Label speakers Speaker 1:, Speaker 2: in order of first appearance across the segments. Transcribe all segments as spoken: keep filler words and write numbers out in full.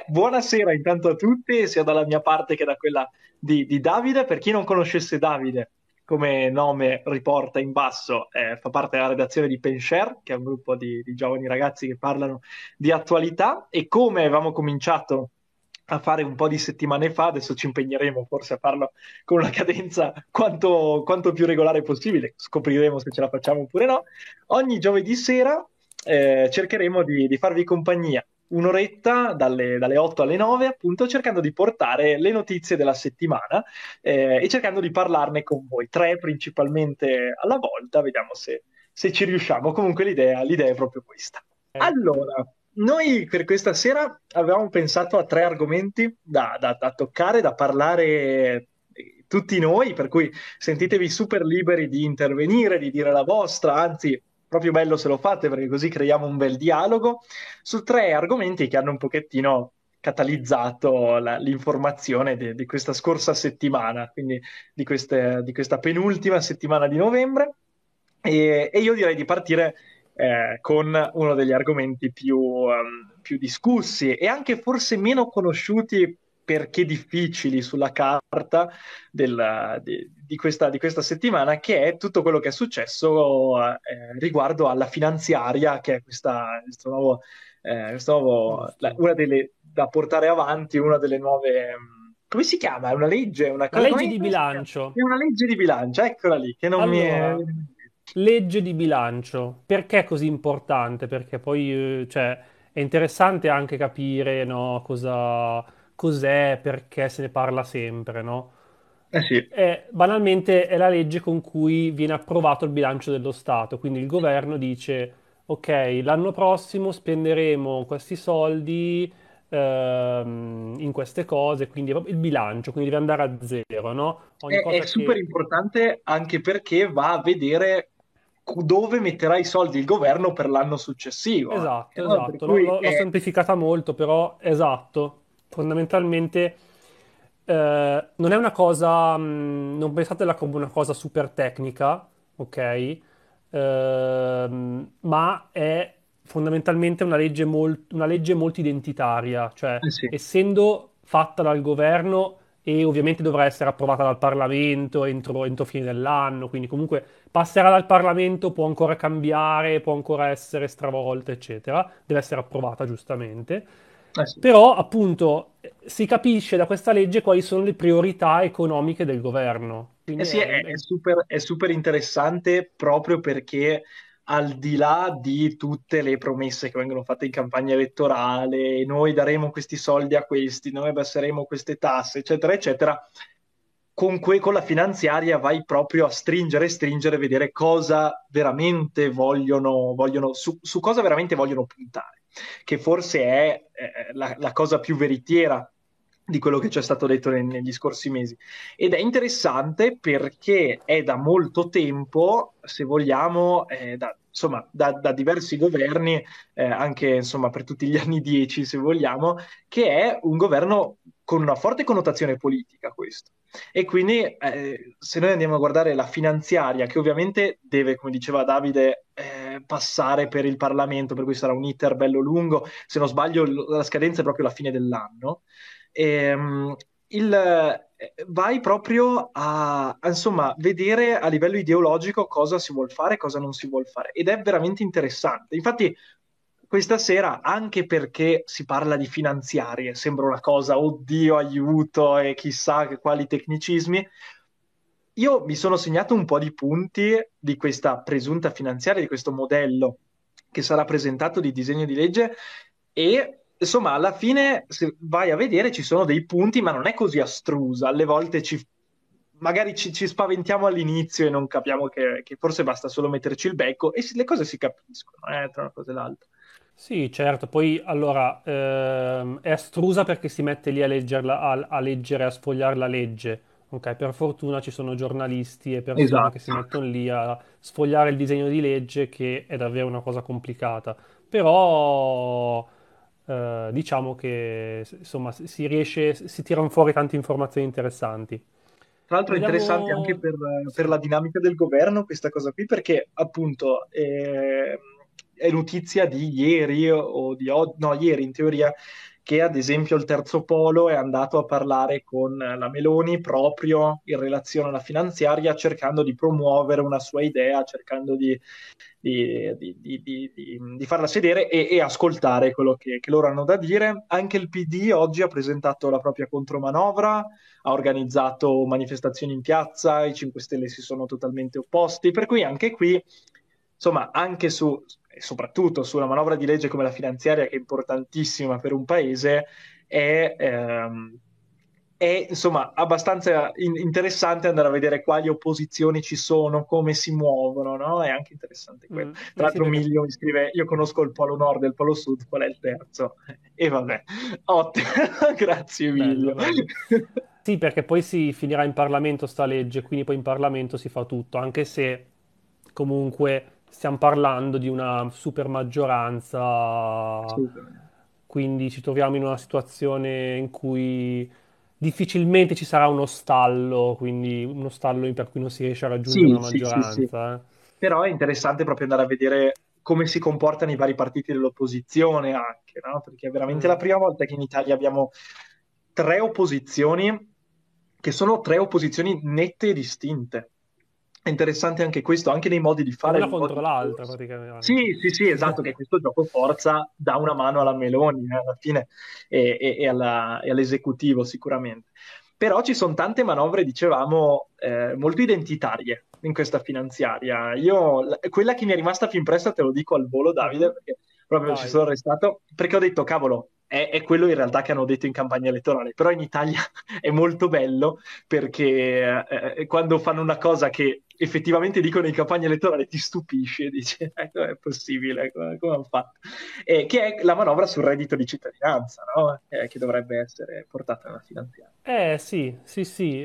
Speaker 1: Buonasera intanto a tutti, sia dalla mia parte che da quella di, di Davide. Per chi non conoscesse Davide, come nome riporta in basso, eh, fa parte della redazione di Penshare, che è un gruppo di, di giovani ragazzi che parlano di attualità. E come avevamo cominciato a fare un po' di settimane fa, adesso ci impegneremo forse a farlo con una cadenza quanto, quanto più regolare possibile, scopriremo se ce la facciamo oppure no. Ogni giovedì sera eh, cercheremo di, di farvi compagnia un'oretta dalle, dalle otto alle nove, appunto, cercando di portare le notizie della settimana eh, e cercando di parlarne con voi, tre principalmente alla volta, vediamo se, se ci riusciamo. Comunque l'idea, l'idea è proprio questa.
Speaker 2: Ok.
Speaker 1: Allora, noi per questa sera avevamo pensato a tre argomenti da, da- da toccare, da parlare eh, tutti noi, per cui sentitevi super liberi di intervenire, di dire la vostra, anzi, proprio bello se lo fate perché così creiamo un bel dialogo su tre argomenti che hanno un pochettino catalizzato la- l'informazione de- di questa scorsa settimana, quindi di, queste- di questa penultima settimana di novembre. E, e io direi di partire eh, con uno degli argomenti più, ehm, più discussi e anche forse meno conosciuti perché difficili sulla carta del- di, di questa, di questa settimana, che è tutto quello che è successo eh, riguardo alla finanziaria, che è questa, questo nuovo, eh, questo nuovo- la-
Speaker 2: Giusto.
Speaker 1: una delle da portare avanti, una delle nuove. mh, Come si chiama? È una legge? Una,
Speaker 2: La
Speaker 1: come,
Speaker 2: legge
Speaker 1: come-
Speaker 2: di
Speaker 1: come si chiama? È
Speaker 2: bilancio.
Speaker 1: una legge di bilancio, eccola lì, che non mi è.
Speaker 2: Allora, legge di bilancio. Perché è così importante? Perché poi, eh, cioè, è interessante anche capire, no, cosa, cos'è, perché se ne parla sempre, no?
Speaker 1: Eh sì.
Speaker 2: È, banalmente è la legge con cui viene approvato il bilancio dello Stato. Quindi il governo dice, ok, l'anno prossimo spenderemo questi soldi ehm, in queste cose, quindi è proprio il bilancio, quindi deve andare a zero, no? Ogni
Speaker 1: È, è
Speaker 2: cosa
Speaker 1: super
Speaker 2: che...
Speaker 1: importante anche perché va a vedere cu- dove metterà i soldi il governo per l'anno successivo anche,
Speaker 2: Esatto,
Speaker 1: no? Per
Speaker 2: esatto, l'ho
Speaker 1: cui
Speaker 2: l'ho- l'ho
Speaker 1: è.
Speaker 2: semplificata molto, però esatto, fondamentalmente eh, non è una cosa, mh, non pensatela come una cosa super tecnica, ok? Ehm, ma è fondamentalmente una legge, mol- una legge molto identitaria, cioè
Speaker 1: Eh sì.
Speaker 2: essendo fatta dal governo e ovviamente dovrà essere approvata dal Parlamento entro, entro fine dell'anno, quindi comunque passerà dal Parlamento, può ancora cambiare, può ancora essere stravolta, eccetera, deve essere approvata giustamente.
Speaker 1: Eh sì.
Speaker 2: Però, appunto, eh, si capisce da questa legge quali sono le priorità economiche del governo.
Speaker 1: Eh
Speaker 2: Quindi
Speaker 1: sì,
Speaker 2: è,
Speaker 1: è,
Speaker 2: è-
Speaker 1: è super, è super interessante proprio perché al di là di tutte le promesse che vengono fatte in campagna elettorale, noi daremo questi soldi a questi, noi abbasseremo queste tasse, eccetera, eccetera, con, que- con la finanziaria vai proprio a stringere e stringere, vedere cosa veramente vogliono, vogliono su, su cosa veramente vogliono puntare, che forse è eh, la, la cosa più veritiera di quello che ci è stato detto ne- negli scorsi mesi. Ed è interessante perché è da molto tempo, se vogliamo, eh, da, insomma, da, da diversi governi, eh, anche insomma, per tutti gli anni dieci, se vogliamo, che è un governo con una forte connotazione politica, questo. E quindi, eh, se noi andiamo a guardare la finanziaria, che ovviamente deve, come diceva Davide, eh, passare per il Parlamento, per cui sarà un iter bello lungo, se non sbaglio, l- la scadenza è proprio la fine dell'anno. Ehm, il, eh, vai proprio a, a, insomma, vedere a livello ideologico cosa si vuol fare e cosa non si vuol fare. Ed è veramente interessante. Infatti, questa sera, anche perché si parla di finanziarie, sembra una cosa, oddio, aiuto e chissà che quali tecnicismi. Io mi sono segnato un po' di punti di questa presunta finanziaria, di questo modello che sarà presentato di disegno di legge e insomma alla fine se vai a vedere ci sono dei punti, ma non è così astrusa. Alle volte ci, magari ci, ci spaventiamo all'inizio e non capiamo che, che forse basta solo metterci il becco e si- le cose si capiscono, eh, tra una cosa e l'altra.
Speaker 2: Sì, certo, poi allora ehm, è astrusa perché si mette lì a leggerla, a, a leggere, a sfogliare la legge. Ok, per fortuna ci sono giornalisti e persone che si
Speaker 1: Esatto.
Speaker 2: mettono lì a sfogliare il disegno di legge, che è davvero una cosa complicata. Però eh, diciamo che insomma si riesce, si tirano fuori tante informazioni interessanti.
Speaker 1: Tra l'altro è interessante anche
Speaker 2: Vogliamo...
Speaker 1: per, per
Speaker 2: Sì.
Speaker 1: la dinamica del governo questa cosa qui, perché appunto eh, è notizia di ieri o di oggi, no, ieri in teoria, che ad esempio il terzo polo è andato a parlare con la Meloni proprio in relazione alla finanziaria, cercando di promuovere una sua idea, cercando di, di, di, di, di, di- di farla sedere e, e ascoltare quello che, che loro hanno da dire. Anche il P D oggi ha presentato la propria contromanovra, ha organizzato manifestazioni in piazza, i cinque Stelle si sono totalmente opposti, per cui anche qui, insomma, anche su, e soprattutto su una manovra di legge come la finanziaria, che è importantissima per un paese, è, ehm, è insomma abbastanza in- interessante andare a vedere quali opposizioni ci sono, come si muovono, no? È anche interessante quello.
Speaker 2: Mm,
Speaker 1: Tra
Speaker 2: eh sì,
Speaker 1: l'altro
Speaker 2: perché
Speaker 1: Miglio mi scrive, io conosco il polo nord e il polo sud, qual è il terzo? E vabbè, ottimo, grazie
Speaker 2: bello,
Speaker 1: Emilio.
Speaker 2: bello. Sì, perché poi si finirà in Parlamento sta legge, quindi poi in Parlamento si fa tutto, anche se comunque stiamo parlando di una super maggioranza,
Speaker 1: Assolutamente.
Speaker 2: quindi ci troviamo in una situazione in cui difficilmente ci sarà uno stallo, quindi uno stallo per cui non si riesce a raggiungere
Speaker 1: Sì,
Speaker 2: una
Speaker 1: sì, sì, sì.
Speaker 2: maggioranza. eh.
Speaker 1: Però è interessante proprio andare a vedere come si comportano i vari partiti dell'opposizione anche, no? Perché è veramente la
Speaker 2: Mm.
Speaker 1: prima volta che in Italia abbiamo tre opposizioni che sono tre opposizioni nette e distinte. È interessante anche questo, anche nei modi di
Speaker 2: È
Speaker 1: fare,
Speaker 2: una
Speaker 1: nei modi
Speaker 2: contro
Speaker 1: di
Speaker 2: l'altra
Speaker 1: porsi. Sì,
Speaker 2: praticamente.
Speaker 1: sì, sì, esatto, che questo gioco forza dà una mano alla Meloni, eh, alla fine e, e- e alla- e all'esecutivo sicuramente. Però ci sono tante manovre, dicevamo, eh, molto identitarie in questa finanziaria. Io, la- quella che mi è rimasta più impressa, te lo dico al volo, Davide,
Speaker 2: Mhm.
Speaker 1: perché proprio ci
Speaker 2: Vai.
Speaker 1: sono restato, perché ho detto, cavolo, è, è quello in realtà che hanno detto in campagna elettorale, però in Italia è molto bello perché eh, quando fanno una cosa che effettivamente dicono in campagna elettorale ti stupisce, dici, ecco, è possibile, come, come hanno fatto? Eh, che è la manovra sul reddito di cittadinanza, no? Eh, che dovrebbe essere portata nella finanziaria.
Speaker 2: Eh sì, sì, sì,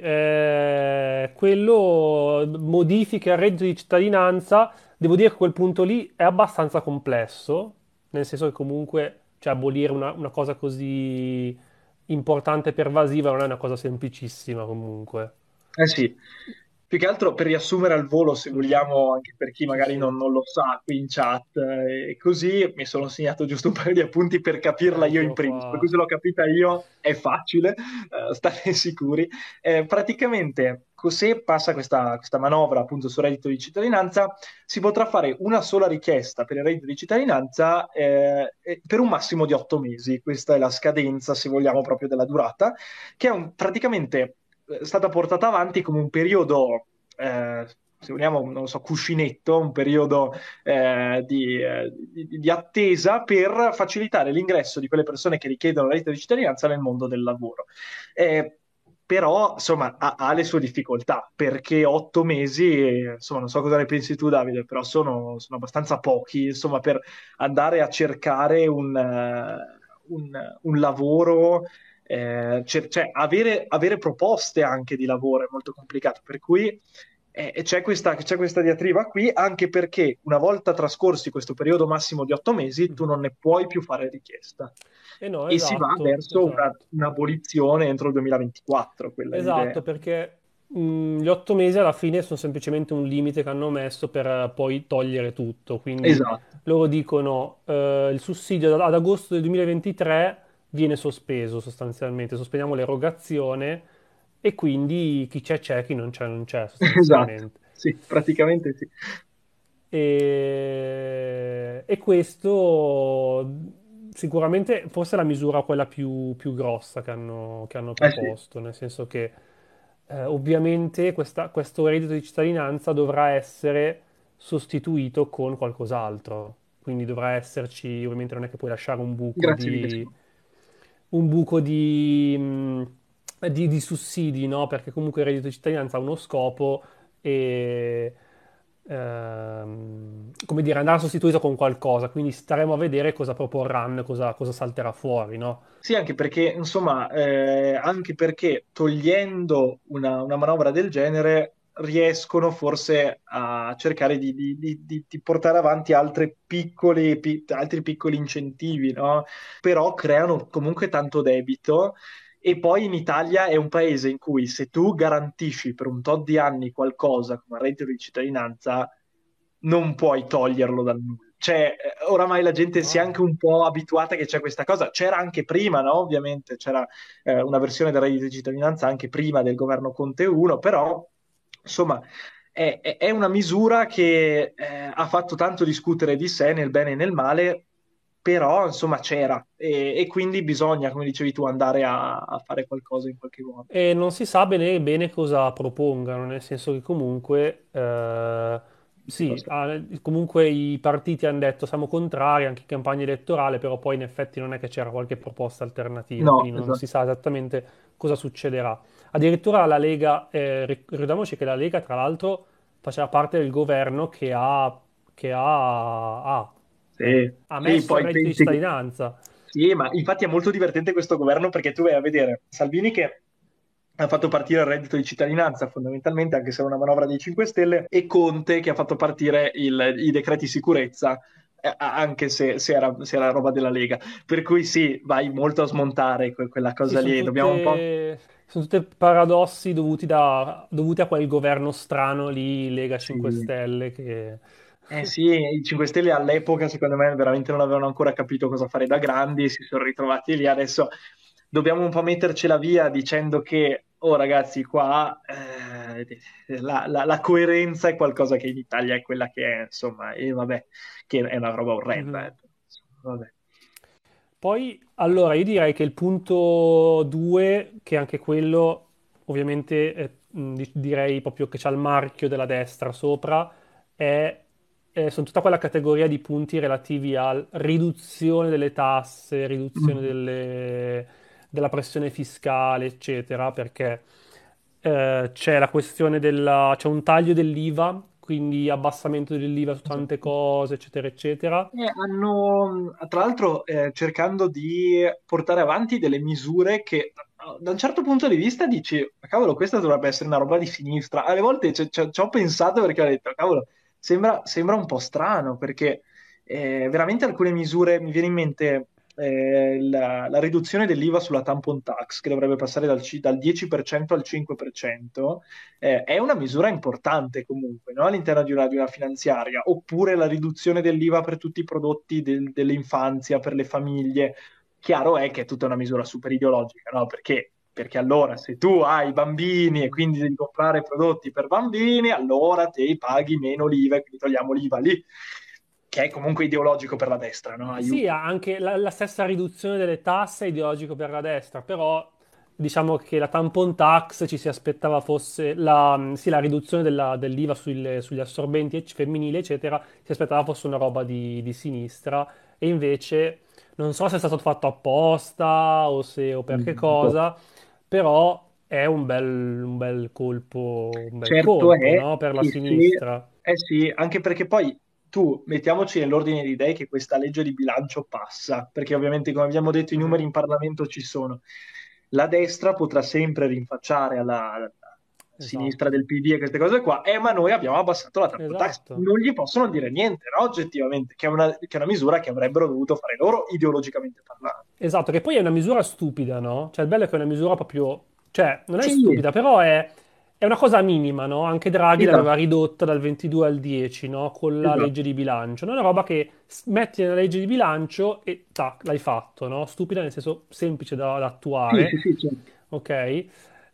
Speaker 2: eh, quello modifica il reddito di cittadinanza, devo dire che quel punto lì è abbastanza complesso, nel senso che comunque cioè, abolire una, una cosa così importante e pervasiva non è una cosa semplicissima comunque.
Speaker 1: Eh sì, più che altro per riassumere al volo, se
Speaker 2: Mhm.
Speaker 1: vogliamo, anche per chi
Speaker 2: Sì,
Speaker 1: magari
Speaker 2: sì,
Speaker 1: non, non lo sa qui in chat, eh, e così mi sono segnato giusto un paio di appunti per capirla io in
Speaker 2: anch'io
Speaker 1: primis, per
Speaker 2: qua.
Speaker 1: cui se l'ho capita io è facile, eh, state sicuri. Eh, praticamente, se passa questa, questa manovra appunto sul reddito di cittadinanza, si potrà fare una sola richiesta per il reddito di cittadinanza eh, eh, per un massimo di otto mesi. Questa è la scadenza, se vogliamo, proprio della durata, che è un, praticamente è stata portata avanti come un periodo, eh, se vogliamo, non lo so, cuscinetto, un periodo eh, di, eh, di- di attesa per facilitare l'ingresso di quelle persone che richiedono la reddito di cittadinanza nel mondo del lavoro. Eh, Però, insomma, ha, ha le sue difficoltà, perché otto mesi, eh, insomma, non so cosa ne pensi tu, Davide, però sono, sono abbastanza pochi, insomma, per andare a cercare un, eh, un un lavoro eh, cer- cioè, avere, avere proposte anche di lavoro è molto complicato, per cui eh, c'è questa, c'è questa diatriba qui, anche perché una volta trascorsi questo periodo massimo di otto mesi, tu
Speaker 2: Mhm.
Speaker 1: non ne puoi più fare richiesta.
Speaker 2: E no,
Speaker 1: E si va
Speaker 2: esatto,
Speaker 1: verso una-
Speaker 2: esatto.
Speaker 1: un'abolizione entro il duemilaventiquattro, quella è
Speaker 2: Esatto,
Speaker 1: l'idea.
Speaker 2: perché mh, gli otto mesi alla fine sono semplicemente un limite che hanno messo per eh, poi togliere tutto. Quindi
Speaker 1: Esatto,
Speaker 2: loro dicono eh, il sussidio ad ad agosto del duemilaventitré viene sospeso sostanzialmente, sospendiamo l'erogazione e quindi chi c'è c'è, chi non c'è non c'è
Speaker 1: esatto,
Speaker 2: sostanzialmente.
Speaker 1: sì, praticamente sì.
Speaker 2: E, e questo sicuramente forse è la misura quella più, più grossa che hanno, che hanno
Speaker 1: Eh sì,
Speaker 2: proposto, nel senso che eh, ovviamente questa- questo reddito di cittadinanza dovrà essere sostituito con qualcos'altro, quindi dovrà esserci, ovviamente non è che puoi lasciare un buco
Speaker 1: grazie mille.
Speaker 2: di, un buco di, mh, di- di sussidi, no? Perché comunque il reddito di cittadinanza ha uno scopo e, ehm, come dire, andrà sostituito con qualcosa, quindi staremo a vedere cosa proporranno, cosa, cosa salterà fuori, no?
Speaker 1: Sì, anche perché, insomma, eh, anche perché togliendo una, una manovra del genere riescono forse a cercare di, di- di- di- di portare avanti altre piccole, pi- altri piccoli incentivi, no? Però creano comunque tanto debito e poi in Italia è un paese in cui se tu garantisci per un tot di anni qualcosa come il reddito di cittadinanza, non puoi toglierlo dal nulla. cioè, eh, oramai la gente si è
Speaker 2: No.
Speaker 1: anche un po' abituata che c'è questa cosa. C'era anche prima, no? Ovviamente c'era eh, una versione del reddito di cittadinanza anche prima del governo Conte uno, però insomma è, è- è una misura che eh, ha fatto tanto discutere di sé nel bene e nel male, però insomma c'era e, e quindi bisogna, come dicevi tu, andare a, a fare qualcosa in qualche modo.
Speaker 2: E non si sa bene, bene cosa propongano, nel senso che comunque, eh,
Speaker 1: Che
Speaker 2: sì,
Speaker 1: cosa-
Speaker 2: ah, comunque i partiti hanno detto siamo contrari anche in campagna elettorale, però poi in effetti non è che c'era qualche proposta alternativa,
Speaker 1: No,
Speaker 2: quindi non si
Speaker 1: esatto.
Speaker 2: sa esattamente cosa succederà. Addirittura la Lega, eh, ricordiamoci che la Lega tra l'altro faceva parte del governo che ha, che ha, ha, eh,
Speaker 1: Sì,
Speaker 2: ha
Speaker 1: sì,
Speaker 2: messo il
Speaker 1: poi
Speaker 2: reddito di
Speaker 1: pensi che...
Speaker 2: cittadinanza.
Speaker 1: Sì, ma infatti è molto divertente questo governo perché tu vai a vedere Salvini che ha fatto partire il reddito di cittadinanza fondamentalmente, anche se è una manovra dei cinque Stelle, e Conte che ha fatto partire il- i decreti sicurezza, eh, anche se, se era, se era roba della Lega. Per cui sì, vai molto a smontare que- quella
Speaker 2: Sì,
Speaker 1: cosa
Speaker 2: sono
Speaker 1: lì. Dobbiamo un po'...
Speaker 2: tutte, sono tutte paradossi dovuti, da- dovuti a quel governo strano lì, Lega cinque
Speaker 1: Sì.
Speaker 2: Stelle, che...
Speaker 1: Eh sì, i cinque Stelle all'epoca secondo me veramente non avevano ancora capito cosa fare da grandi, si sono ritrovati lì, adesso dobbiamo un po' mettercela via dicendo che, oh ragazzi, qua eh, la, la- la coerenza è qualcosa che in Italia è quella che è, insomma, e vabbè, che è una roba orrenda.
Speaker 2: Mhm.
Speaker 1: Eh. Vabbè.
Speaker 2: Poi, allora, io direi che il punto due, che anche quello, ovviamente, eh, mh, di- direi proprio che c'ha il marchio della destra sopra, è, eh, sono tutta quella categoria di punti relativi alla riduzione delle tasse, riduzione
Speaker 1: Mm.
Speaker 2: delle- della pressione fiscale, eccetera, perché eh, c'è la questione della, c'è un taglio dell'I V A, quindi abbassamento dell'I V A su tante
Speaker 1: Esatto.
Speaker 2: cose, eccetera, eccetera.
Speaker 1: Eh, hanno, tra l'altro, eh, cercando di portare avanti delle misure che, eh, da un certo punto di vista, dici, "Ma cavolo, questa dovrebbe essere una roba di sinistra." Alle volte ci ci- ci ho pensato perché ho detto, cavolo, sembra, sembra un po' strano, perché eh, veramente alcune misure, mi viene in mente eh, la, la riduzione dell'I V A sulla tampon tax, che dovrebbe passare dal, ci- dal dieci per cento al cinque per cento, eh, è una misura importante comunque, no? All'interno di una, di una finanziaria, oppure la riduzione dell'I V A per tutti i prodotti del- dell'infanzia, per le famiglie. Chiaro è che è tutta una misura super ideologica, no? Perché? Perché allora se tu hai bambini e quindi devi comprare prodotti per bambini, allora te paghi meno l'I V A e quindi togliamo l'I V A lì, che è comunque ideologico per la destra, no?
Speaker 2: Sì,
Speaker 1: Aiuto.
Speaker 2: ha anche la, la stessa riduzione delle tasse è ideologico per la destra, però diciamo che la tampon tax ci si aspettava fosse la, sì, la riduzione della- dell'I V A sul- sugli assorbenti ecc- femminili, eccetera, si aspettava fosse una roba di, di sinistra e invece non so se è stato fatto apposta o, se, o per che
Speaker 1: Mm, boh.
Speaker 2: cosa, però è un bel, un bel colpo, un bel
Speaker 1: Certo
Speaker 2: colpo,
Speaker 1: è
Speaker 2: no, per la
Speaker 1: che se,
Speaker 2: sinistra.
Speaker 1: eh sì, anche perché poi tu mettiamoci nell'ordine di idee che questa legge di bilancio passa, perché ovviamente come abbiamo detto i numeri
Speaker 2: Mhm.
Speaker 1: in Parlamento ci sono. La destra potrà sempre rinfacciare alla, alla sinistra
Speaker 2: Esatto,
Speaker 1: del P D e queste cose qua, eh, ma noi abbiamo abbassato la tax tax.
Speaker 2: esatto.
Speaker 1: Non gli possono dire niente, no? Oggettivamente, che è una, che è una misura che avrebbero dovuto fare loro ideologicamente parlando.
Speaker 2: Esatto, che poi è una misura stupida, no? Cioè, il bello è che è una misura proprio... Cioè, non è
Speaker 1: Sì,
Speaker 2: stupida, però è, è una cosa minima, no? Anche Draghi l'aveva
Speaker 1: esatto,
Speaker 2: ridotta dal ventidue al dieci, no? Con la
Speaker 1: esatto.
Speaker 2: legge di bilancio. Non è una roba che s- metti nella legge di bilancio e tac, l'hai fatto, no? Stupida nel senso semplice da, da
Speaker 1: Sì,
Speaker 2: attuare,
Speaker 1: sì, sì, certo.
Speaker 2: ok?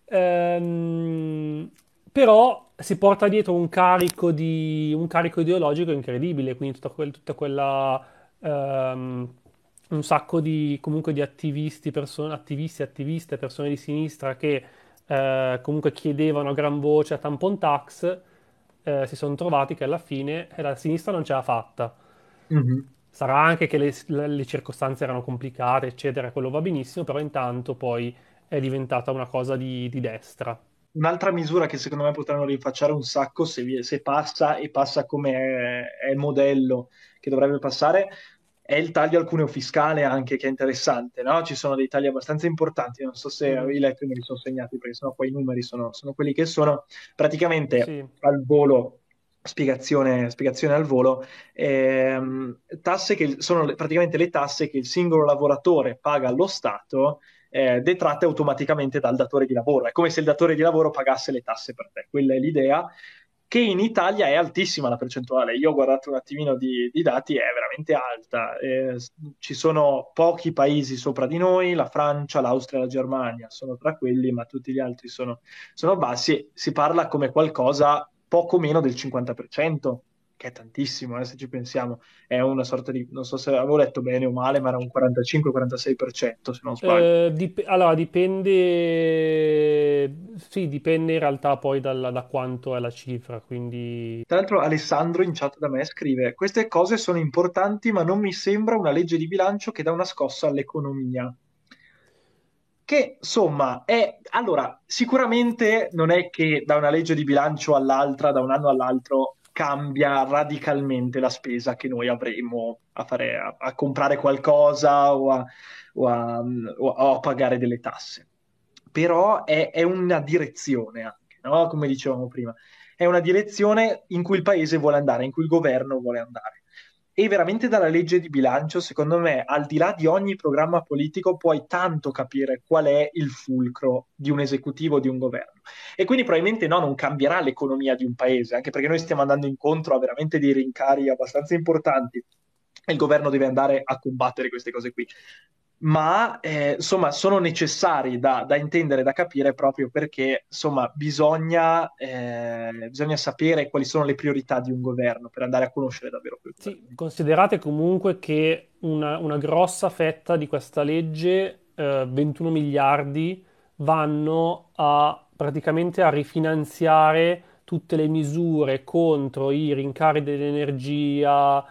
Speaker 2: Ehm, però si porta dietro un carico di, un carico ideologico incredibile, quindi tutta, quel- tutta quella... ehm, un sacco di, comunque di attivisti, perso- attivisti, attiviste, persone di sinistra che eh, comunque chiedevano a gran voce a tampon tax, eh, si sono trovati che alla fine eh, la sinistra non ce l'ha fatta.
Speaker 1: Mhm.
Speaker 2: Sarà anche che le, le- le circostanze erano complicate, eccetera, quello va benissimo, però intanto poi è diventata una cosa di, di destra.
Speaker 1: Un'altra misura che secondo me potranno rinfacciare un sacco se, vi- se passa e passa come è, è il modello che dovrebbe passare è il taglio al cuneo fiscale anche, che è interessante, no? Ci sono dei tagli abbastanza importanti, non so se
Speaker 2: Mhm.
Speaker 1: avevi letto e me li sono segnati perché sennò poi i numeri sono, sono quelli che sono. Praticamente
Speaker 2: Sì,
Speaker 1: al volo, spiegazione, spiegazione al volo, ehm, tasse che sono le- praticamente le tasse che il singolo lavoratore paga allo Stato eh, detratte automaticamente dal datore di lavoro. È come se il datore di lavoro pagasse le tasse per te, quella è l'idea. che in Italia è altissima la percentuale. Io ho guardato un attimino di, di dati, è veramente alta. Eh, s- ci sono pochi paesi sopra di noi, la Francia, l'Austria e la Germania sono tra quelli, ma tutti gli altri sono, sono bassi. Si parla come qualcosa poco meno del cinquanta per cento, che è tantissimo, eh, se ci pensiamo. È una sorta di, non so se avevo letto bene o male, ma era un quarantacinque quarantasei per cento, se non sbaglio.
Speaker 2: Eh, dip- allora, dipende, sì, dipende in realtà poi dalla- da quanto è la cifra, quindi
Speaker 1: Tra l'altro Alessandro in chat da me scrive: queste cose sono importanti, ma non mi sembra una legge di bilancio che dà una scossa all'economia. Che insomma è allora, sicuramente non è che da una legge di bilancio all'altra, da un anno all'altro, cambia radicalmente la spesa che noi avremo a fare, a, a comprare qualcosa o a, o a- o a pagare delle tasse. Però è, è una direzione anche, no? Come dicevamo prima, è una direzione in cui il paese vuole andare, in cui il governo vuole andare. E veramente dalla legge di bilancio, secondo me, al di là di ogni programma politico, puoi tanto capire qual è il fulcro di un esecutivo, di un governo. E quindi probabilmente no, non cambierà l'economia di un paese, anche perché noi stiamo andando incontro a veramente dei rincari abbastanza importanti e il governo deve andare a combattere queste cose qui. Ma eh, insomma sono necessari da, da intendere, da capire proprio perché insomma bisogna, eh, bisogna sapere quali sono le priorità di un governo per andare a conoscere davvero quel
Speaker 2: sì,
Speaker 1: governo.
Speaker 2: considerate comunque che una, una grossa fetta di questa legge, eh, ventuno miliardi, vanno a praticamente a rifinanziare tutte le misure contro i rincari dell'energia,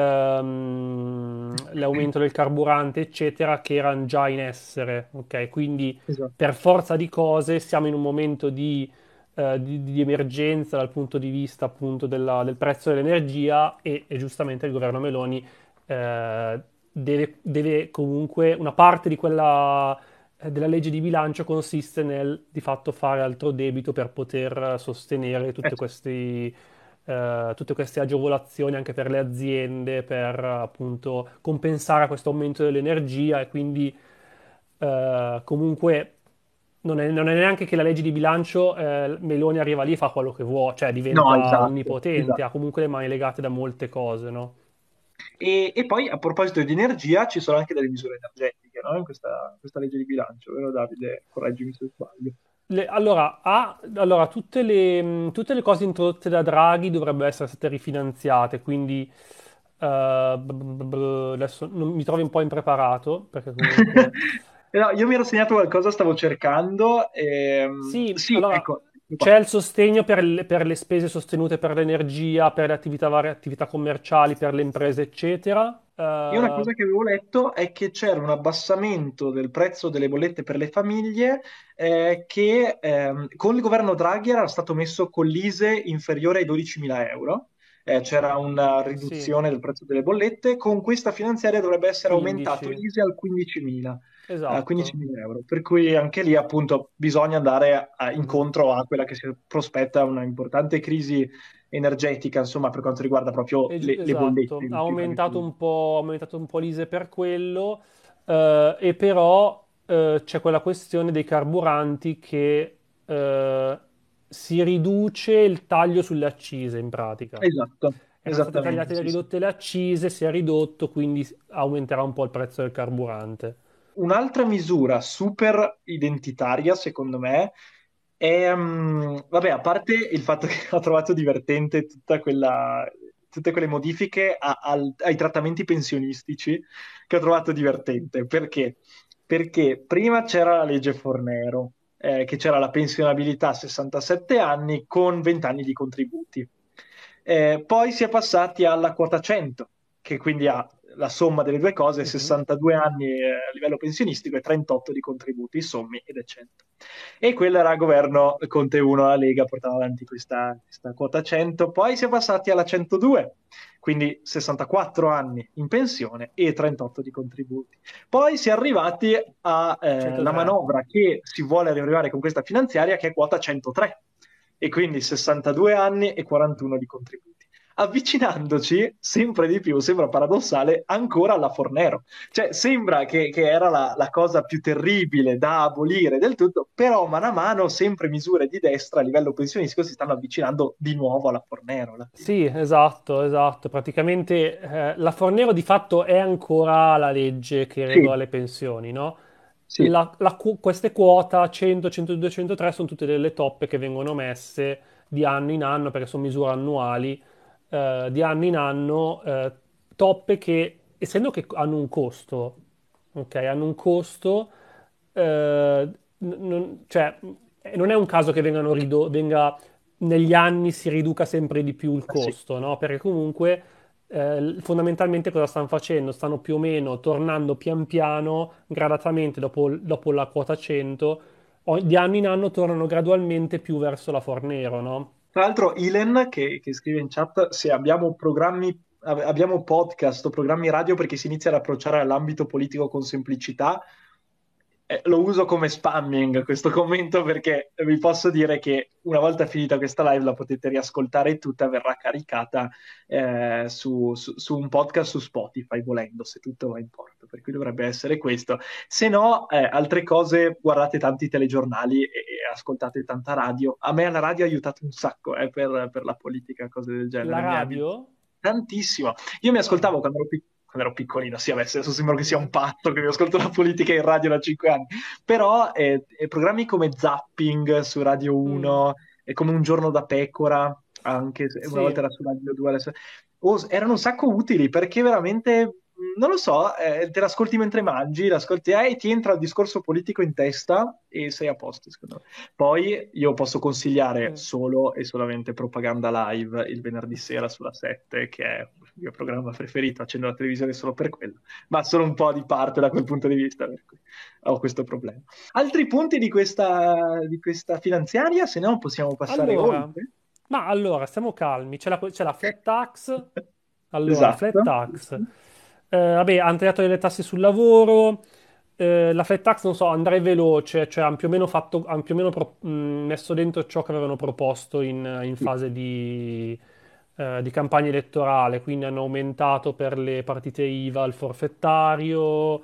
Speaker 2: ehm, l'aumento del carburante, eccetera, che erano già in essere. Ok, quindi
Speaker 1: Esatto.
Speaker 2: per forza di cose siamo in un momento di eh, di, di emergenza dal punto di vista appunto della- del prezzo dell'energia e, e giustamente il governo Meloni eh, deve, deve comunque una parte di quella eh, della legge di bilancio consiste nel di fatto fare altro debito per poter sostenere
Speaker 1: Eh,
Speaker 2: tutte questi, eh, tutte queste agevolazioni anche per le aziende, per appunto compensare questo aumento dell'energia e quindi eh, comunque non è, non è neanche che la legge di bilancio, eh, Meloni arriva lì e fa quello che vuole, cioè
Speaker 1: no,
Speaker 2: diventa
Speaker 1: esatto,
Speaker 2: onnipotente,
Speaker 1: esatto.
Speaker 2: ha comunque le mani legate da molte cose, no?
Speaker 1: E, e poi a proposito di energia ci sono anche delle misure energetiche, no? In questa, questa legge di bilancio, vero Davide? Correggimi se sbaglio.
Speaker 2: Le- allora, ha- allora, tutte le, mh, tutte le cose introdotte da Draghi dovrebbero essere state rifinanziate, quindi eh, b- b- b- adesso non- mi trovi un po' impreparato, perché comunque...
Speaker 1: No, io mi ero segnato qualcosa, stavo cercando. ehm,
Speaker 2: Sì,
Speaker 1: sì,
Speaker 2: allora
Speaker 1: ecco, ecco qua.
Speaker 2: c'è il sostegno per le, per le spese sostenute per l'energia, per le attività, varie attività commerciali, per le imprese, eccetera.
Speaker 1: Io una
Speaker 2: Eh,
Speaker 1: cosa che avevo letto è che c'era un abbassamento del prezzo delle bollette per le famiglie eh, che ehm, con il governo Draghi era stato messo con l'I S E inferiore ai dodicimila euro. Eh, c'era una
Speaker 2: sì,
Speaker 1: riduzione del prezzo delle bollette. Con questa finanziaria dovrebbe essere aumentato
Speaker 2: quindici,
Speaker 1: l'I S E al quindicimila, a
Speaker 2: esatto.
Speaker 1: quindicimila euro. Per cui anche lì appunto bisogna andare a-
Speaker 2: Mhm.
Speaker 1: incontro a quella che si prospetta una importante crisi energetica, insomma, per quanto riguarda proprio
Speaker 2: Es-
Speaker 1: le, le bollette
Speaker 2: esatto, ha
Speaker 1: in più che
Speaker 2: aumentato un po', ha aumentato un po' l'I S E per quello, eh, e però eh, c'è quella questione dei carburanti che eh, si riduce il taglio sulle accise in pratica.
Speaker 1: Esatto,
Speaker 2: Erano state
Speaker 1: esattamente,
Speaker 2: tagliate e
Speaker 1: sì, sì.
Speaker 2: ridotte le accise, si è ridotto, quindi aumenterà un po' il prezzo del carburante.
Speaker 1: Un'altra misura super identitaria, secondo me, è, mm, vabbè, a parte il fatto che ho trovato divertente tutta quella, tutte quelle modifiche a- al- ai trattamenti pensionistici, che ho trovato divertente. Perché? Perché prima c'era la legge Fornero, eh, che c'era la pensionabilità a sessantasette anni con venti anni di contributi. Eh, poi si è passati alla quota cento, che quindi ha la somma delle due cose,
Speaker 2: Mhm.
Speaker 1: sessantadue anni eh, a livello pensionistico e trentotto di contributi sommi ed è cento. E quello era il governo Conte uno, la Lega portava avanti questa, questa quota cento, poi si è passati alla centodue, quindi sessantaquattro anni in pensione e trentotto di contributi. Poi si è arrivati alla
Speaker 2: centotré.
Speaker 1: manovra che si vuole arrivare con questa finanziaria, che è quota centotré, e quindi sessantadue anni e quarantuno di contributi. avvicinandoci sempre di più, sembra paradossale, ancora alla Fornero. Cioè, sembra che, che era la, la cosa più terribile da abolire del tutto, però mano a mano sempre misure di destra a livello pensionistico si stanno avvicinando di nuovo alla Fornero alla fine.
Speaker 2: Sì, esatto, esatto. Praticamente eh, la Fornero di fatto è ancora la legge che regola
Speaker 1: Sì,
Speaker 2: le pensioni, no?
Speaker 1: sì.
Speaker 2: La- la qu- queste quota cento, centodue, centotré sono tutte delle toppe che vengono messe di anno in anno perché sono misure annuali, eh, di anno in anno, eh, toppe che, essendo che hanno un costo, ok, hanno un costo, eh, n- non, cioè, eh, non è un caso che vengano rido- venga negli anni si riduca sempre di più il
Speaker 1: Ah, sì.
Speaker 2: costo, no? Perché comunque eh, fondamentalmente cosa stanno facendo? Stanno più o meno tornando pian piano, gradatamente dopo, dopo la quota cento, o- di anno in anno tornano gradualmente più verso la Fornero, no?
Speaker 1: Tra l'altro, Ilen che, che scrive in chat se abbiamo programmi, ab- abbiamo podcast o programmi radio perché si inizia ad approcciare all'ambito politico con semplicità. Eh, lo uso come spamming questo commento perché vi posso dire che una volta finita questa live la potete riascoltare tutta, verrà caricata eh, su, su- su un podcast su Spotify volendo, se tutto va in porto, per cui dovrebbe essere questo. Se no, eh, altre cose, guardate tanti telegiornali e, e ascoltate tanta radio. A me la radio ha aiutato un sacco eh, per, per la politica, cose del
Speaker 2: La
Speaker 1: genere. Mi ha, mi ha-
Speaker 2: radio?
Speaker 1: tantissimo. Io mi
Speaker 2: Ah,
Speaker 1: ascoltavo quando ero, pic- quando ero piccolino, sì, adesso sembra che sia un patto che mi ascolto la politica in radio da cinque anni, però eh, eh, programmi come Zapping su Radio
Speaker 2: mm,
Speaker 1: uno, e come Un giorno da pecora, anche se una volta
Speaker 2: sì.
Speaker 1: era su Radio due, adesso oh, erano un sacco utili perché veramente, mh, non lo so, eh, te l'ascolti mentre mangi, l'ascolti eh, e ti entra il discorso politico in testa e sei a posto, secondo me. Poi io posso consigliare
Speaker 2: Mm.
Speaker 1: solo e solamente Propaganda Live il venerdì sera sulla sette, che è il mio programma preferito, accendo la televisione solo per quello, ma solo un po' di parte da quel punto di vista, per cui ho questo problema. Altri punti di questa, di questa finanziaria, se no possiamo passare
Speaker 2: Allora,
Speaker 1: oltre.
Speaker 2: ma allora, stiamo calmi. C'è la, c'è la flat tax. Allora, la flat
Speaker 1: Esatto.
Speaker 2: tax. Eh, vabbè, hanno tagliato delle tasse sul lavoro. Eh, la flat tax, non so, andrei veloce, cioè hanno più o meno fatto, hanno più o meno pro- mh, messo dentro ciò che avevano proposto in, in
Speaker 1: Sì.
Speaker 2: fase di, eh, di campagna elettorale, quindi hanno aumentato per le partite I V A il forfettario,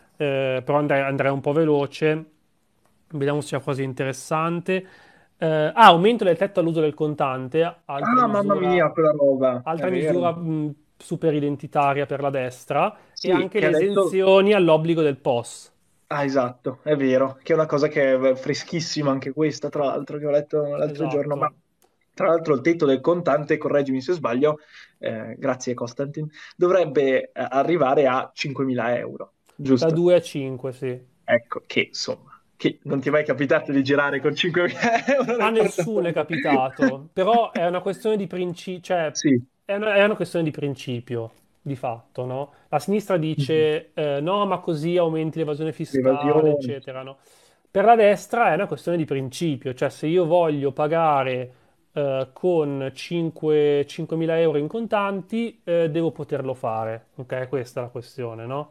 Speaker 2: eh, però andrei, andrei un po' veloce, vediamo se c'è quasi interessante. Eh, ah, aumento del tetto all'uso del contante, altra
Speaker 1: Ah, mamma
Speaker 2: misura,
Speaker 1: mia, quella roba, è
Speaker 2: altra
Speaker 1: vero.
Speaker 2: misura mh, super identitaria per la destra, e
Speaker 1: Sì,
Speaker 2: anche
Speaker 1: che
Speaker 2: le
Speaker 1: adesso...
Speaker 2: esenzioni all'obbligo del P O S.
Speaker 1: Ah, esatto, è vero, che è una cosa che è freschissima anche questa, tra l'altro, che ho letto l'altro giorno, ma
Speaker 2: Esatto,
Speaker 1: tra l'altro il tetto del contante, correggimi se sbaglio, eh, grazie Costantin, dovrebbe eh, arrivare a cinquemila euro,
Speaker 2: da
Speaker 1: giusto?
Speaker 2: due a cinque, sì.
Speaker 1: Ecco, che insomma, che non ti è mai capitato di girare con cinquemila euro
Speaker 2: A
Speaker 1: nel
Speaker 2: nessuno è
Speaker 1: portafoglio?
Speaker 2: capitato, però è una questione di principio, cioè
Speaker 1: Sì.
Speaker 2: è una, è una questione di principio, di fatto, no? La sinistra
Speaker 1: Mhm.
Speaker 2: dice eh, no, ma così aumenti l'evasione fiscale,
Speaker 1: L'evasione.
Speaker 2: eccetera, no? Per la destra è una questione di principio, cioè se io voglio pagare eh, con cinque cinquemila euro in contanti, eh, devo poterlo fare, ok? Questa è la questione, no?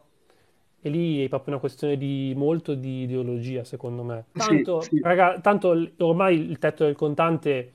Speaker 2: E lì è proprio una questione di molto di ideologia, secondo me.
Speaker 1: Sì,
Speaker 2: Tanto,
Speaker 1: sì,
Speaker 2: raga, tanto l- ormai il tetto del contante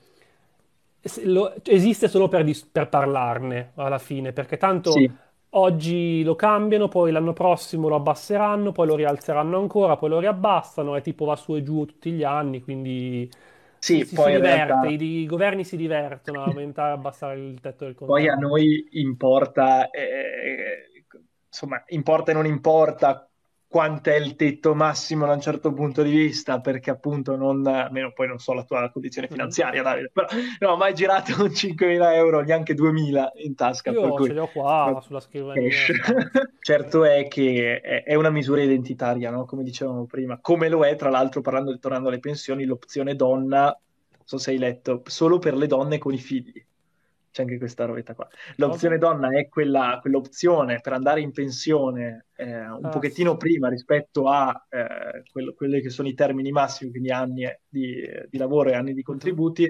Speaker 2: se- lo- esiste solo per, dis- per parlarne alla fine, perché tanto
Speaker 1: sì.
Speaker 2: oggi lo cambiano, poi l'anno prossimo lo abbasseranno, poi lo rialzeranno ancora, poi lo riabbassano e tipo va su e giù tutti gli anni, quindi si,
Speaker 1: Sì,
Speaker 2: si- si
Speaker 1: poi in
Speaker 2: diverte,
Speaker 1: realtà
Speaker 2: i, i governi si divertono a aumentare e abbassare il tetto del
Speaker 1: poi a
Speaker 2: contante.
Speaker 1: noi importa, eh, insomma, importa e non importa quant'è il tetto massimo da un certo punto di vista, perché appunto non, almeno poi non so la tua condizione
Speaker 2: Mhm.
Speaker 1: finanziaria, Davide, però non ho mai girato con cinquemila euro, neanche duemila in tasca, per
Speaker 2: Io ce
Speaker 1: cui
Speaker 2: li ho qua
Speaker 1: no,
Speaker 2: sulla scrivania in
Speaker 1: cash.
Speaker 2: stanza.
Speaker 1: Certo è che è è una misura identitaria, no? Come dicevamo prima, come lo è, tra l'altro, parlando, tornando alle pensioni, l'opzione donna, non so se hai letto, solo per le donne con i figli. C'è anche questa robetta qua.
Speaker 2: Cosa?
Speaker 1: L'opzione donna è quella, quell'opzione per andare in pensione eh, un
Speaker 2: Ah,
Speaker 1: pochettino
Speaker 2: sì.
Speaker 1: prima rispetto a eh, quello- quelli che sono i termini massimi, quindi anni eh, di, di lavoro e anni di
Speaker 2: Mhm.
Speaker 1: contributi,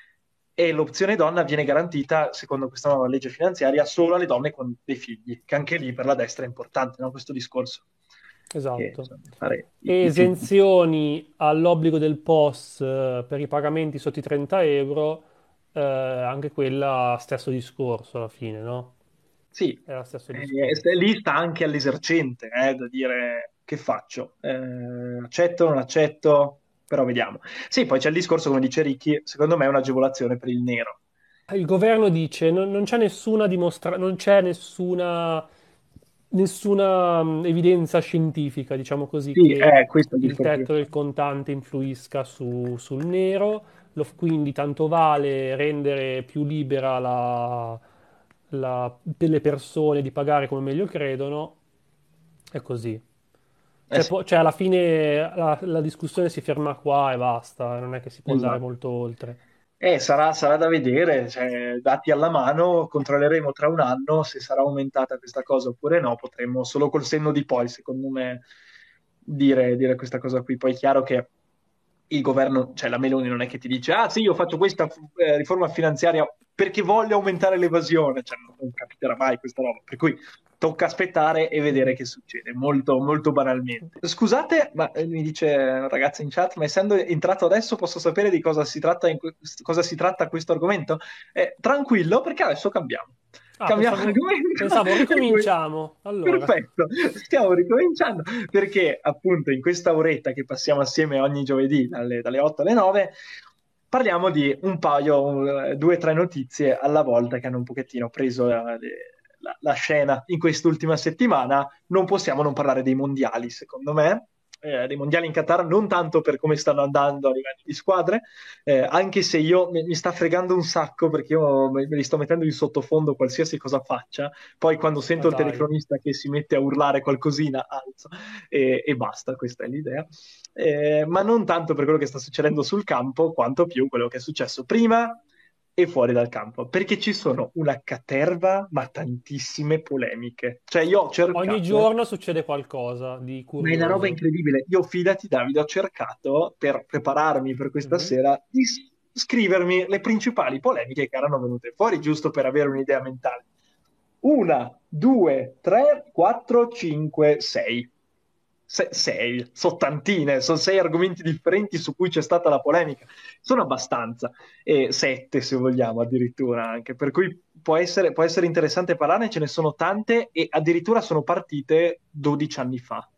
Speaker 1: e l'opzione donna viene garantita, secondo questa nuova legge finanziaria, solo alle donne con dei figli, che anche lì per la destra è importante, no? Questo discorso, che
Speaker 2: Esatto.
Speaker 1: bisogna fare i, i figli.
Speaker 2: Esenzioni all'obbligo del P O S eh, per i pagamenti sotto i trenta euro, eh, anche quella stesso discorso alla fine, no?
Speaker 1: Sì,
Speaker 2: Era lo stesso
Speaker 1: eh,
Speaker 2: discorso.
Speaker 1: e lì sta anche all'esercente, eh, da dire che faccio. Eh, accetto, non accetto, però vediamo. Sì, poi c'è il discorso, come dice Ricky, secondo me è un'agevolazione per il nero.
Speaker 2: Il governo dice non, non c'è nessuna dimostra- non c'è nessuna, nessuna mh, evidenza scientifica, diciamo così,
Speaker 1: Sì,
Speaker 2: che
Speaker 1: eh, questo è il
Speaker 2: il
Speaker 1: discorso che
Speaker 2: tetto del
Speaker 1: faccio.
Speaker 2: contante influisca su- sul nero, lo- quindi tanto vale rendere più libera la, la- delle persone di pagare come meglio credono, è così.
Speaker 1: Eh
Speaker 2: Cioè,
Speaker 1: sì,
Speaker 2: po- cioè, alla fine la, la discussione si ferma qua e basta, non è che si può andare
Speaker 1: esatto.
Speaker 2: molto oltre.
Speaker 1: Eh, sarà, sarà da vedere, cioè, dati alla mano, controlleremo tra un anno se sarà aumentata questa cosa oppure no, potremmo solo col senno di poi, secondo me, dire, dire questa cosa qui. Poi è chiaro che il governo, cioè la Meloni non è che ti dice, ah sì, io faccio questa eh, riforma finanziaria perché voglio aumentare l'evasione, cioè non, non capiterà mai questa roba, per cui tocca aspettare e vedere
Speaker 2: Mhm.
Speaker 1: che succede, molto, molto banalmente. Scusate, ma eh, mi dice un ragazzo in chat, ma essendo entrato adesso posso sapere di cosa si tratta, in que- cosa si tratta questo argomento? Eh, tranquillo, perché adesso cambiamo.
Speaker 2: Ah,
Speaker 1: Cambiamo
Speaker 2: pensavo,
Speaker 1: argomento.
Speaker 2: pensavo
Speaker 1: E poi-
Speaker 2: ricominciamo. Allora,
Speaker 1: Perfetto, stiamo ricominciando perché appunto in questa oretta che passiamo assieme ogni giovedì dalle, dalle otto alle nove parliamo di un paio, un- due o tre notizie alla volta che hanno un pochettino preso eh, le- la, la scena in quest'ultima settimana. Non possiamo non parlare dei mondiali, secondo me. Eh, dei mondiali in Qatar, non tanto per come stanno andando a livello di squadre, eh, anche se io mi, mi sta fregando un sacco perché io me, me li sto mettendo in sottofondo qualsiasi cosa faccia. Poi quando
Speaker 2: ma
Speaker 1: sento il
Speaker 2: dai.
Speaker 1: telecronista che si mette a urlare qualcosina, alzo e, e basta, questa è l'idea. Eh, ma non tanto per quello che sta succedendo sul campo, quanto più quello che è successo prima e fuori dal campo, perché ci sono una caterva, ma tantissime polemiche. Cioè io ho
Speaker 2: Ogni
Speaker 1: cercato,
Speaker 2: giorno succede qualcosa di
Speaker 1: ma è una roba
Speaker 2: curioso.
Speaker 1: incredibile. Io, fidati, Davide, ho cercato per prepararmi per questa
Speaker 2: Mhm.
Speaker 1: sera di s- scrivermi le principali polemiche che erano venute fuori, giusto per avere un'idea mentale. Una, due, tre, quattro, cinque, sei. Se- sei, sono tantine, sono sei argomenti differenti su cui c'è stata la polemica. Sono abbastanza, e sette se vogliamo addirittura anche, per cui può essere, può essere interessante parlarne, ce ne sono tante e addirittura sono partite dodici anni fa,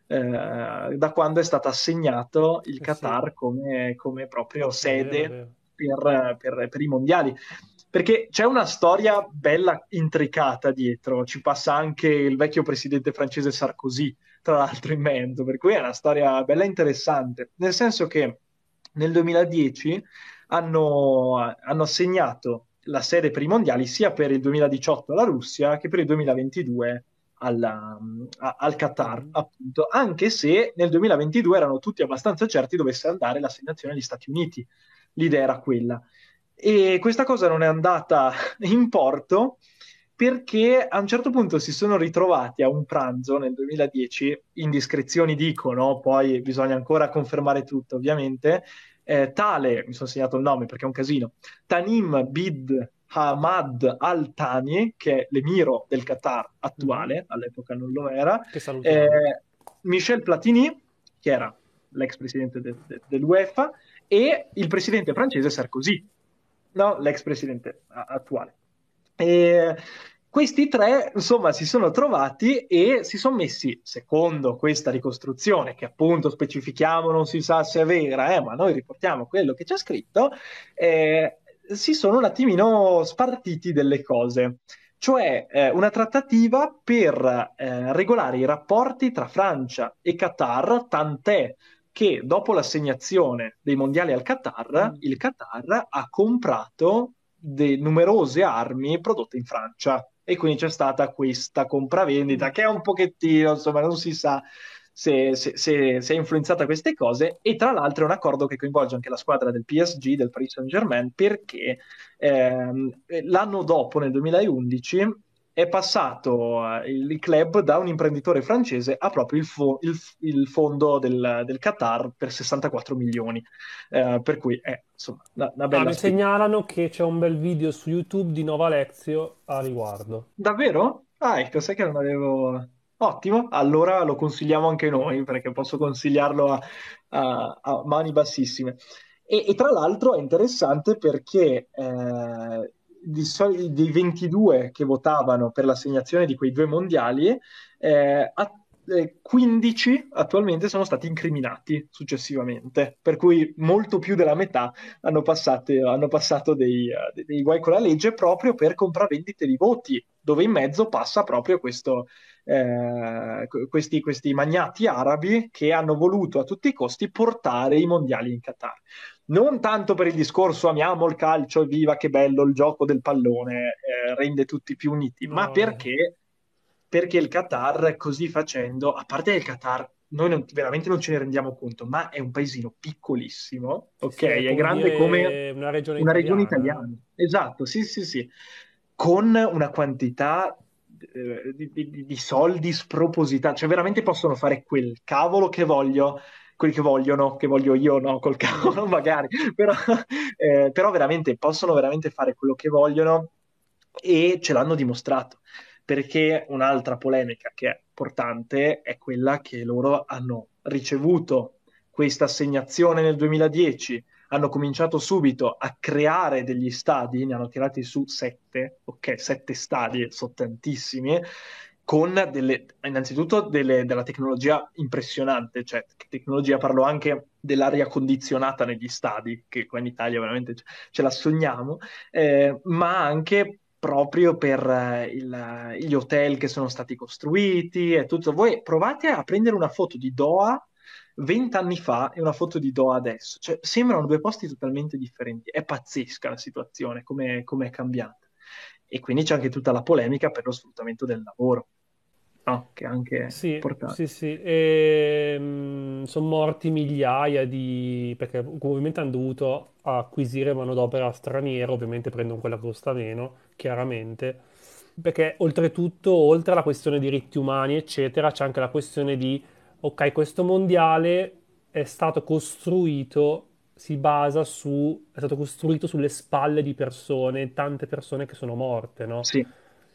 Speaker 1: eh, da quando è stato assegnato il
Speaker 2: Eh sì,
Speaker 1: Qatar come, come proprio
Speaker 2: è vero, è
Speaker 1: sede
Speaker 2: vero.
Speaker 1: per, per- per i mondiali. Perché c'è una storia bella intricata dietro, ci passa anche il vecchio presidente francese Sarkozy, tra l'altro, in mezzo, per cui è una storia bella interessante, nel senso che nel duemiladieci hanno, hanno assegnato la sede per i mondiali sia per il duemiladiciotto alla Russia che per il duemilaventidue alla- a- al Qatar,
Speaker 2: Mhm.
Speaker 1: appunto, anche se nel duemilaventidue erano tutti abbastanza certi dovesse andare l'assegnazione agli Stati Uniti. L'idea era quella. E questa cosa non è andata in porto perché a un certo punto si sono ritrovati a un pranzo nel duemiladieci, indiscrezioni dicono, poi bisogna ancora confermare tutto ovviamente, eh, tale, mi sono segnato il nome perché è un casino, Tanim Bid Hamad Al Thani, che è l'emiro del Qatar
Speaker 2: Mhm.
Speaker 1: attuale, all'epoca non lo era,
Speaker 2: Che salutiamo.
Speaker 1: eh, Michel Platini, che era l'ex presidente de- de- dell'UEFA, e il presidente francese Sarkozy, no? L'ex presidente a- attuale. E questi tre, insomma, si sono trovati e si sono messi, secondo questa ricostruzione, che appunto specifichiamo, non si sa se è vera, eh, ma noi riportiamo quello che c'è scritto, eh, si sono un attimino spartiti delle cose. Cioè eh, una trattativa per eh, regolare i rapporti tra Francia e Qatar, tant'è che dopo l'assegnazione dei mondiali al Qatar,
Speaker 2: Mm.
Speaker 1: il Qatar ha comprato de- numerose armi prodotte in Francia. E quindi c'è stata questa compravendita
Speaker 2: Mm.
Speaker 1: che è un pochettino, insomma, non si sa se, se, se, se è influenzata queste cose. E tra l'altro è un accordo che coinvolge anche la squadra del P S G, del Paris Saint-Germain, perché ehm, l'anno dopo, nel duemilaundici, è passato eh, il club da un imprenditore francese a proprio il, fo- il- il fondo del, del Qatar per sessantaquattro milioni. Eh, per cui è insomma una, una
Speaker 2: Ah,
Speaker 1: bella
Speaker 2: mi
Speaker 1: spesa.
Speaker 2: segnalano che c'è un bel video su YouTube di Nova Lezio a riguardo.
Speaker 1: Davvero? Ah, ecco, sai che non avevo. Ottimo, allora lo consigliamo anche noi perché posso consigliarlo a, a- a mani bassissime. E, e tra l'altro è interessante perché eh, di soli- dei ventidue che votavano per l'assegnazione di quei due mondiali, eh, a- eh, quindici attualmente sono stati incriminati successivamente, per cui molto più della metà hanno, passate- hanno passato dei, eh, dei guai con la legge proprio per compravendite di voti, dove in mezzo passa proprio questo, eh, questi, questi magnati arabi che hanno voluto a tutti i costi portare i mondiali in Qatar. Non tanto per il discorso amiamo il calcio, evviva che bello il gioco del pallone, eh, rende tutti più uniti, ma
Speaker 2: No, eh,
Speaker 1: perché, perché il Qatar, così facendo, a parte che il Qatar, noi non- veramente non ce ne rendiamo conto, ma è un paesino piccolissimo,
Speaker 2: sì,
Speaker 1: ok?
Speaker 2: sì, è
Speaker 1: È
Speaker 2: come
Speaker 1: grande come
Speaker 2: dire una regione
Speaker 1: una regione
Speaker 2: italiana.
Speaker 1: italiana. Esatto, sì, sì, sì. Con una quantità eh, di, di- di soldi spropositata, cioè veramente possono fare quel cavolo che voglio, quelli che vogliono, che voglio io, no, col
Speaker 2: Mhm.
Speaker 1: cavolo magari, però, eh, però veramente possono veramente fare quello che vogliono e ce l'hanno dimostrato. Perché un'altra polemica che è importante è quella che loro hanno ricevuto questa assegnazione nel duemiladieci, hanno cominciato subito a creare degli stadi, ne hanno tirati su sette, ok, sette stadi, sono tantissimi, con delle, innanzitutto delle- della tecnologia impressionante, cioè tecnologia parlo anche dell'aria condizionata negli stadi, che qua in Italia veramente ce, ce la sogniamo, eh, ma anche proprio per eh, il- gli hotel che sono stati costruiti e tutto. Voi provate a prendere una foto di Doha vent'anni fa e una foto di Doha adesso. Cioè, sembrano due posti totalmente differenti. È pazzesca la situazione, come come è cambiata. E quindi c'è anche tutta la polemica per lo sfruttamento del lavoro, no? Che è anche
Speaker 2: Sì,
Speaker 1: importante.
Speaker 2: sì, sì, e sono morti migliaia di... perché ovviamente hanno dovuto acquisire manodopera straniera, ovviamente prendono quella che costa meno, chiaramente, perché oltretutto, oltre alla questione dei diritti umani, eccetera, c'è anche la questione di, ok, questo mondiale è stato costruito, si basa su, è stato costruito sulle spalle di persone, tante persone che sono morte, no?
Speaker 1: Sì,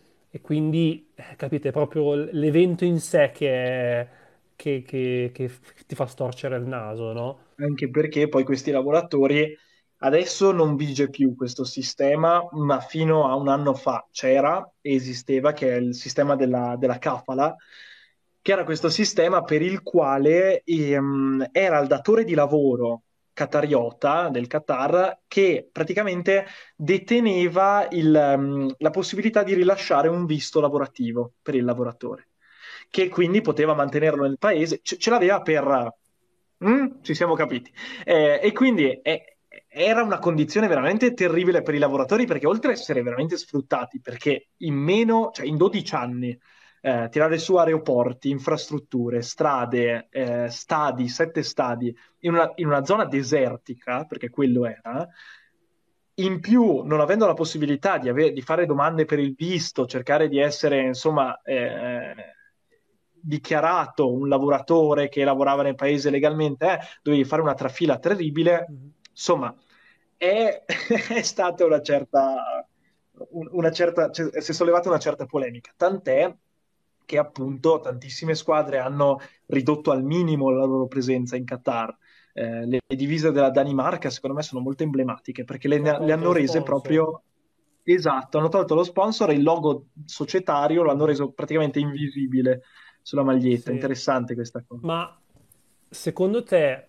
Speaker 2: E quindi, eh, capite, è proprio l'evento in sé che, è- che, che- che f- ti fa storcere il naso, no?
Speaker 1: anche perché poi questi lavoratori adesso non vige più questo sistema, ma fino a un anno fa c'era e esisteva, che è il sistema della, della kafala, che era questo sistema per il quale ehm, era il datore di lavoro qatariota del Qatar che praticamente deteneva il, ehm, la possibilità di rilasciare un visto lavorativo per il lavoratore, che quindi poteva mantenerlo nel paese, ce, ce l'aveva per... Mm, ci siamo capiti. Eh, e quindi eh, era una condizione veramente terribile per i lavoratori perché oltre ad essere veramente sfruttati, perché in meno, cioè in dodici anni, eh, tirare su aeroporti, infrastrutture, strade, eh, stadi, sette stadi, in una, in una zona desertica, perché quello era, in più, non avendo la possibilità di, ave- di fare domande per il visto, cercare di essere, insomma, eh, dichiarato un lavoratore che lavorava nel paese legalmente, eh, dovevi fare una trafila terribile.
Speaker 2: Mhm.
Speaker 1: Insomma, è, è stata una certa, un- una certa, cioè, si è sollevata una certa polemica, tant'è che appunto tantissime squadre hanno ridotto al minimo la loro presenza in Qatar. Eh, le, le divise della Danimarca, secondo me, sono molto emblematiche perché le,
Speaker 2: Che hanno
Speaker 1: le
Speaker 2: tolto
Speaker 1: hanno
Speaker 2: lo
Speaker 1: rese
Speaker 2: sponsor.
Speaker 1: proprio esatto. Hanno tolto lo sponsor e il logo societario lo hanno reso praticamente invisibile sulla maglietta.
Speaker 2: Sì.
Speaker 1: Interessante questa cosa.
Speaker 2: Ma secondo te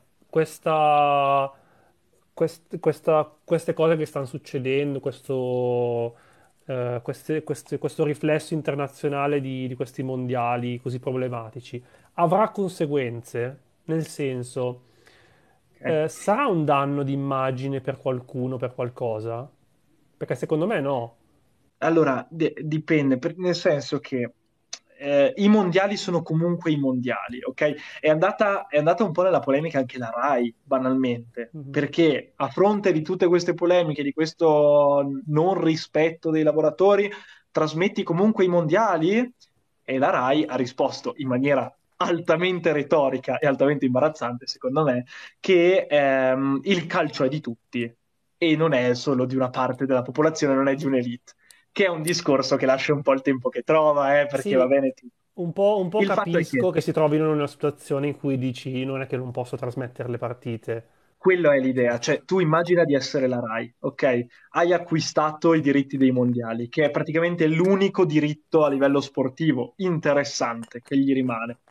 Speaker 2: questa, quest- questa- queste cose che stanno succedendo, questo, eh, queste- queste- questo riflesso internazionale di, di questi mondiali così problematici, avrà conseguenze? Nel senso,
Speaker 1: Ok?
Speaker 2: eh, sarà un danno di immagine per qualcuno, per qualcosa? Perché secondo me no.
Speaker 1: Allora, de- dipende, per- nel senso che eh, i mondiali sono comunque i mondiali, ok? È andata, è andata un po' nella polemica anche la Rai, banalmente,
Speaker 2: Mhm.
Speaker 1: perché a fronte di tutte queste polemiche, di questo non rispetto dei lavoratori, trasmetti comunque i mondiali? E la Rai ha risposto in maniera altamente retorica e altamente imbarazzante, secondo me, che ehm, il calcio è di tutti e non è solo di una parte della popolazione, non è di un'elite, che è un discorso che lascia un po' il tempo che trova, eh, perché va
Speaker 2: Sì,
Speaker 1: bene tutto.
Speaker 2: un po', un po'
Speaker 1: Il fatto è che
Speaker 2: capisco che si trovino in una situazione in cui dici non è che non posso trasmettere le partite.
Speaker 1: Quella è l'idea, cioè tu immagina di essere la Rai, ok? Hai acquistato i diritti dei mondiali, che è praticamente l'unico diritto a livello sportivo interessante che gli rimane.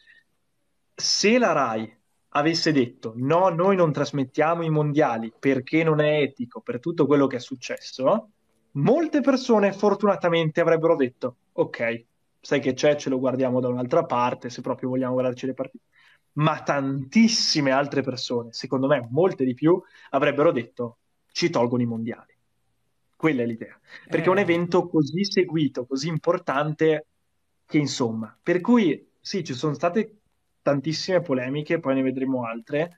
Speaker 1: Se la Rai avesse detto no, noi non trasmettiamo i mondiali perché non è etico, per tutto quello che è successo, molte persone fortunatamente avrebbero detto ok, sai che c'è, ce lo guardiamo da un'altra parte, se proprio vogliamo guardarci le partite. Ma tantissime altre persone, secondo me molte di più, avrebbero detto ci tolgono i mondiali. Quella è l'idea. Perché è un
Speaker 2: Eh,
Speaker 1: evento così seguito, così importante, che insomma, per cui sì, ci sono state tantissime polemiche, poi ne vedremo altre,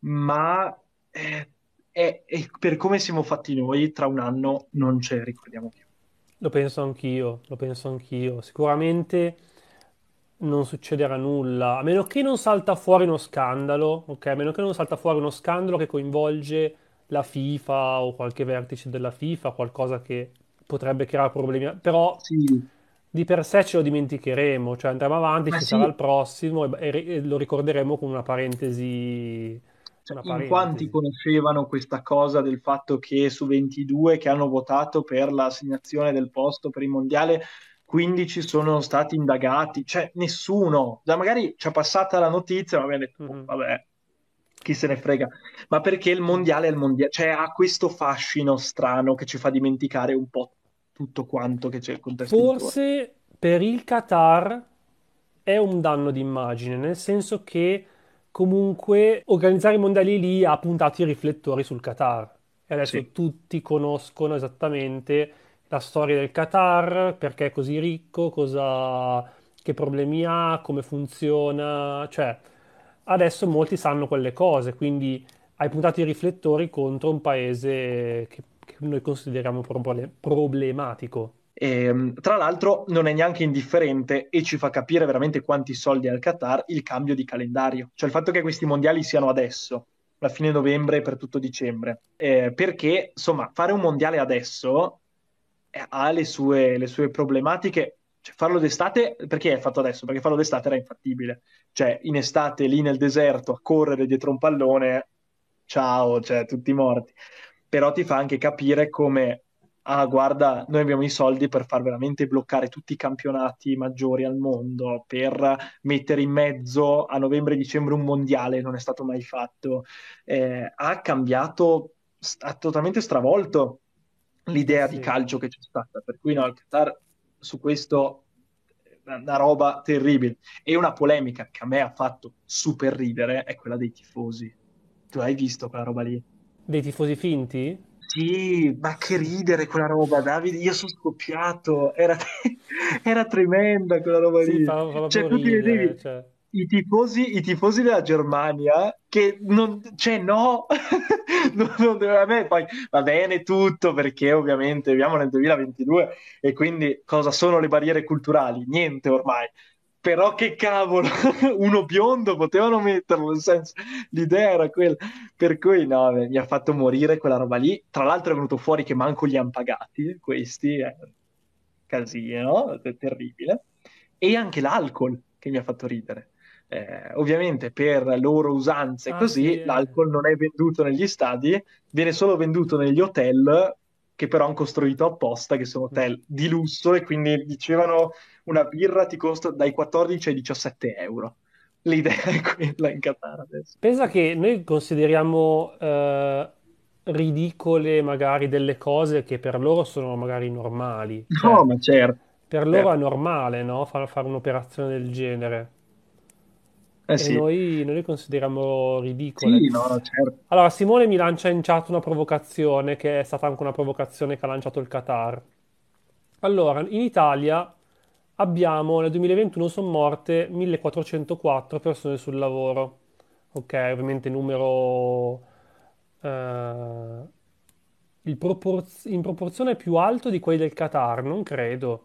Speaker 1: ma eh, è- è- per come siamo fatti noi, tra un anno non ce ne ricordiamo più.
Speaker 2: lo penso anch'io, lo penso anch'io. Sicuramente non succederà nulla, a meno che non salta fuori uno scandalo, ok? A meno che non salta fuori uno scandalo che coinvolge la FIFA o qualche vertice della FIFA, qualcosa che potrebbe creare problemi, però
Speaker 1: Sì,
Speaker 2: di per sé ce lo dimenticheremo, cioè andremo avanti,
Speaker 1: ma
Speaker 2: ci sarà
Speaker 1: sì,
Speaker 2: il prossimo e, e- e lo ricorderemo con una parentesi,
Speaker 1: cioè,
Speaker 2: una
Speaker 1: in quanti
Speaker 2: parentesi.
Speaker 1: conoscevano questa cosa del fatto che su ventidue che hanno votato per l'assegnazione del posto per il mondiale, quindici sono stati indagati? Cioè, nessuno. Già magari ci è passata la notizia, ma abbiamo detto, "Oh,
Speaker 2: Mhm.
Speaker 1: vabbè, chi se ne frega." Ma perché il
Speaker 2: Mhm.
Speaker 1: mondiale è il mondiale, cioè ha questo fascino strano che ci fa dimenticare un po' tutto quanto che c'è il contesto intorno.
Speaker 2: Forse per il Qatar è un danno d'immagine, nel senso che comunque organizzare i mondiali lì ha puntato i riflettori sul Qatar. E adesso
Speaker 1: Sì.
Speaker 2: tutti conoscono esattamente la storia del Qatar, perché è così ricco, cosa, che problemi ha, come funziona. Cioè, adesso molti sanno quelle cose, quindi hai puntato i riflettori contro un paese che, che noi consideriamo proble- problematico.
Speaker 1: E, tra l'altro non è neanche indifferente e ci fa capire veramente quanti soldi ha il Qatar il cambio di calendario, cioè il fatto che questi mondiali siano adesso, a fine novembre per tutto dicembre. Eh, perché insomma fare un mondiale adesso eh, ha le sue, le sue problematiche. Cioè, farlo d'estate, perché è fatto adesso? Perché farlo d'estate era infattibile, cioè in estate lì nel deserto a correre dietro un pallone, ciao, cioè tutti morti. Però ti fa anche capire come, ah, guarda, noi abbiamo i soldi per far veramente bloccare tutti i campionati maggiori al mondo, per mettere in mezzo a novembre-dicembre un mondiale, non è stato mai fatto. Eh, ha cambiato, ha totalmente stravolto
Speaker 2: Eh
Speaker 1: l'idea di
Speaker 2: sì.
Speaker 1: calcio che c'è stata. Per cui no, il Qatar su questo è una una roba terribile. E una polemica che a me ha fatto super ridere è quella dei tifosi. Tu hai visto quella roba lì?
Speaker 2: Dei tifosi finti?
Speaker 1: Sì, ma che ridere quella roba, Davide, io sono scoppiato, era, era tremenda quella roba
Speaker 2: Sì,
Speaker 1: lì.
Speaker 2: fa, fa
Speaker 1: Cioè,
Speaker 2: proprio
Speaker 1: tu ti
Speaker 2: ridere,
Speaker 1: vedevi
Speaker 2: cioè.
Speaker 1: i tifosi, i tifosi della Germania che non, cioè no, non, non deve- a me poi va bene tutto perché ovviamente viviamo nel duemilaventidue e quindi cosa sono le barriere culturali? Niente ormai. Però che cavolo, uno biondo potevano metterlo, nel senso, l'idea era quella. Per cui no, beh, mi ha fatto morire quella roba lì. Tra l'altro è venuto fuori che manco li hanno pagati, questi, è un casino, è terribile. E anche l'alcol che mi ha fatto ridere. Eh, ovviamente per loro usanze
Speaker 2: Ah sì,
Speaker 1: così,
Speaker 2: eh.
Speaker 1: l'alcol non è venduto negli stadi, viene solo venduto negli hotel che però hanno costruito apposta, che sono
Speaker 2: Mm.
Speaker 1: hotel di lusso e quindi dicevano una birra ti costa dai quattordici ai diciassette euro. L'idea è quella in Qatar adesso.
Speaker 2: Pensa che noi consideriamo eh, ridicole magari delle cose che per loro sono magari normali,
Speaker 1: No,
Speaker 2: cioè
Speaker 1: ma certo,
Speaker 2: per loro è
Speaker 1: certo.
Speaker 2: normale, no? Far- fare un'operazione del genere.
Speaker 1: Eh
Speaker 2: E
Speaker 1: sì,
Speaker 2: noi, noi le consideriamo ridicole.
Speaker 1: sì, no, no, certo.
Speaker 2: Allora, Simone mi lancia in chat una provocazione, che è stata anche una provocazione che ha lanciato il Qatar. Allora, in Italia abbiamo nel duemilaventuno sono morte millequattrocentoquattro persone sul lavoro. Ok, ovviamente numero eh, il propor- in proporzione più alto di quelli del Qatar, non credo.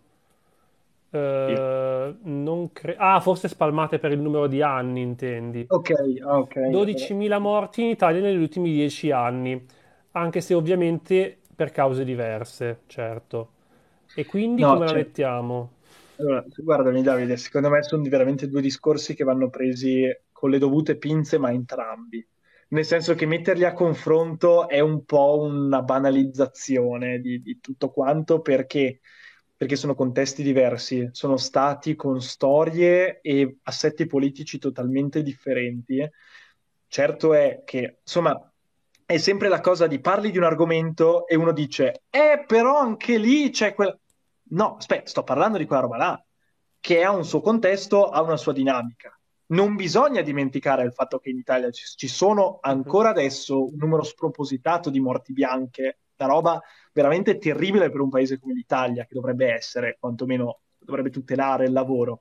Speaker 1: Sì.
Speaker 2: Eh, non cre- ah, forse spalmate per il numero di anni, intendi.
Speaker 1: Ok, ah, ok, allora.
Speaker 2: dodicimila morti in Italia negli ultimi dieci anni, anche se ovviamente per cause diverse, certo. E quindi
Speaker 1: No,
Speaker 2: come la
Speaker 1: certo.
Speaker 2: mettiamo?
Speaker 1: Allora, guardami Davide, secondo me sono veramente due discorsi che vanno presi con le dovute pinze, ma entrambi. nel senso che metterli a confronto è un po' una banalizzazione di, di tutto quanto perché, perché sono contesti diversi, sono stati con storie e assetti politici totalmente differenti. Certo è che, insomma, è sempre la cosa di parli di un argomento e uno dice, eh, però anche lì c'è quella... No, aspetta, sto parlando di quella roba là, che ha un suo contesto, ha una sua dinamica. Non bisogna dimenticare il fatto che in Italia ci, ci sono
Speaker 2: Mhm.
Speaker 1: ancora adesso un numero spropositato di morti bianche, una roba veramente terribile per un paese come l'Italia, che dovrebbe essere, quantomeno dovrebbe tutelare il lavoro.